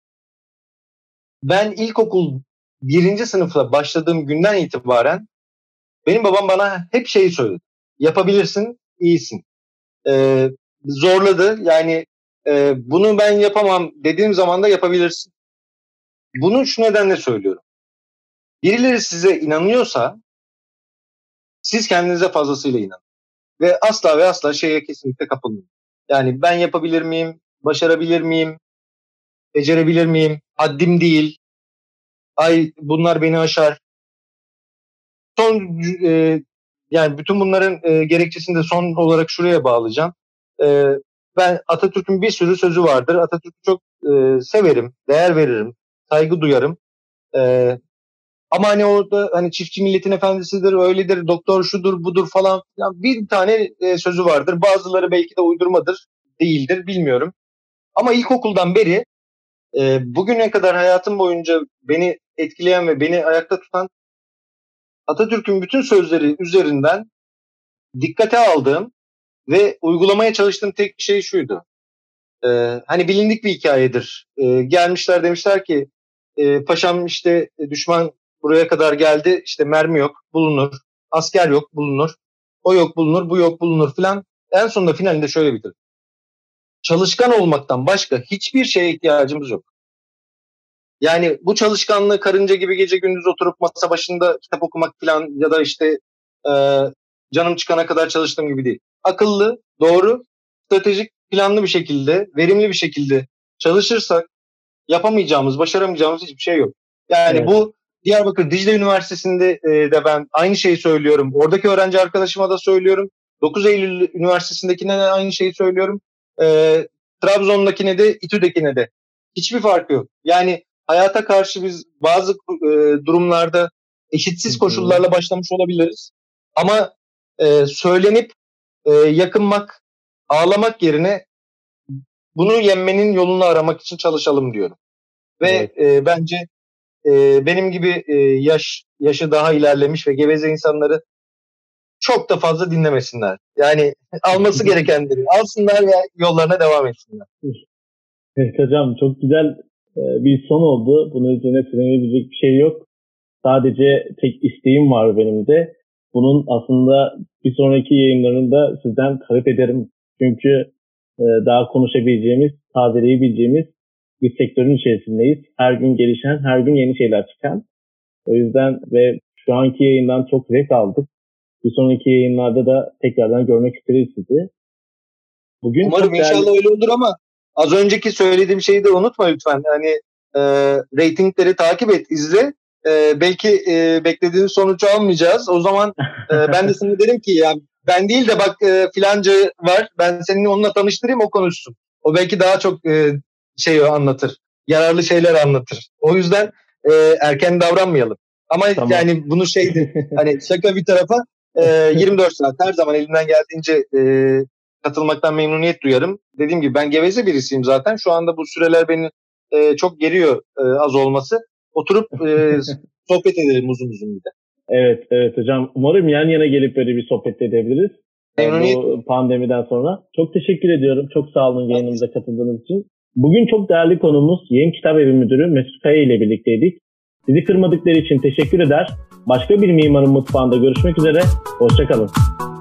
Ben ilkokul birinci sınıfla başladığım günden itibaren benim babam bana hep şeyi söyledi. Yapabilirsin, iyisin. E, zorladı. Yani e, bunu ben yapamam dediğim zaman da yapabilirsin. Bunu şu nedenle söylüyorum. Birileri size inanıyorsa siz kendinize fazlasıyla inanın. ve asla ve asla şeye kesinlikle kapılmıyorum. Yani ben yapabilir miyim, başarabilir miyim, becerebilir miyim, haddim değil, ay bunlar beni aşar. Son e, yani bütün bunların e, gerekçesini de son olarak şuraya bağlayacağım. E, ben Atatürk'ün bir sürü sözü vardır. Atatürk'ü çok e, severim, değer veririm, saygı duyarım. E, ama hani orada hani çiftçi milletin efendisidir, öyledir, doktor şudur budur falan. Yani bir tane e, sözü vardır. Bazıları belki de uydurmadır, değildir, bilmiyorum. Ama ilkokuldan beri e, bugüne kadar hayatım boyunca beni etkileyen ve beni ayakta tutan Atatürk'ün bütün sözleri üzerinden dikkate aldığım ve uygulamaya çalıştığım tek şey şuydu. Ee, hani bilindik bir hikayedir. Ee, gelmişler demişler ki e, paşam işte düşman buraya kadar geldi, işte mermi yok bulunur, asker yok bulunur, o yok bulunur, bu yok bulunur filan. En sonunda finalinde şöyle bitir. Çalışkan olmaktan başka hiçbir şeye ihtiyacımız yok. Yani bu çalışkanlığı karınca gibi gece gündüz oturup masa başında kitap okumak falan ya da işte e, canım çıkana kadar çalıştığım gibi değil. Akıllı, doğru, stratejik, planlı bir şekilde, verimli bir şekilde çalışırsak yapamayacağımız, başaramayacağımız hiçbir şey yok. Yani evet. Bu Diyarbakır Dicle Üniversitesi'nde e, de ben aynı şeyi söylüyorum. Oradaki öğrenci arkadaşıma da söylüyorum. dokuz Eylül Üniversitesi'ndekine de aynı şeyi söylüyorum. E, Trabzon'dakine de, İTÜ'dekine de. Hiçbir farkı yok. Yani hayata karşı biz bazı e, durumlarda eşitsiz koşullarla başlamış olabiliriz. Ama e, söylenip e, yakınmak, ağlamak yerine bunu yenmenin yolunu aramak için çalışalım diyorum. Ve evet. e, bence e, benim gibi e, yaş yaşı daha ilerlemiş ve geveze insanları çok da fazla dinlemesinler. Yani alması gerekenleri alsınlar ve yollarına devam etsinler. Evet hocam, çok güzel e, bir son oldu. Bunun üzerine söylenebilecek bir şey yok. Sadece tek isteğim var benim de. Bunun aslında bir sonraki yayınlarında sizden talep ederim. Çünkü e, daha konuşabileceğimiz, tazeleyebileceğimiz bir sektörün içerisindeyiz. Her gün gelişen, her gün yeni şeyler çıkan. O yüzden ve şu anki yayından çok zevk aldık. Bir sonraki yayınlarda da tekrardan görmek isteriz sizi. Bugün umarım inşallah değerli... öyle olur ama az önceki söylediğim şeyi de unutma lütfen. Hani e, reytingleri takip et, izle. E, belki e, beklediğin sonucu almayacağız. O zaman e, ben de sana derim ki ya ben değil de bak e, filanca var. Ben seninle onunla tanıştırayım, o konuşsun. O belki daha çok e, şey anlatır. Yararlı şeyler anlatır. O yüzden e, erken davranmayalım. Ama tamam. Yani bunu şeydi hani şaka bir tarafa e, yirmi dört saat her zaman elimden geldiğince e, katılmaktan memnuniyet duyarım. Dediğim gibi ben geveze birisiyim zaten. Şu anda bu süreler beni e, çok geriyor e, az olması. Oturup e, sohbet edelim uzun uzun bir de. Evet, evet hocam. Umarım yan yana gelip böyle bir sohbet edebiliriz. Memnuniyet. Bu pandemiden sonra. Çok teşekkür ediyorum. Çok sağ olun yayınımıza katıldığınız için. Bugün çok değerli konuğumuz Yem Kitap Evi Müdürü Mesut Kaya ile birlikteydik. Sizi kırmadıkları için teşekkür eder. Başka bir Mimarın Mutfağı'nda görüşmek üzere. Hoşça kalın.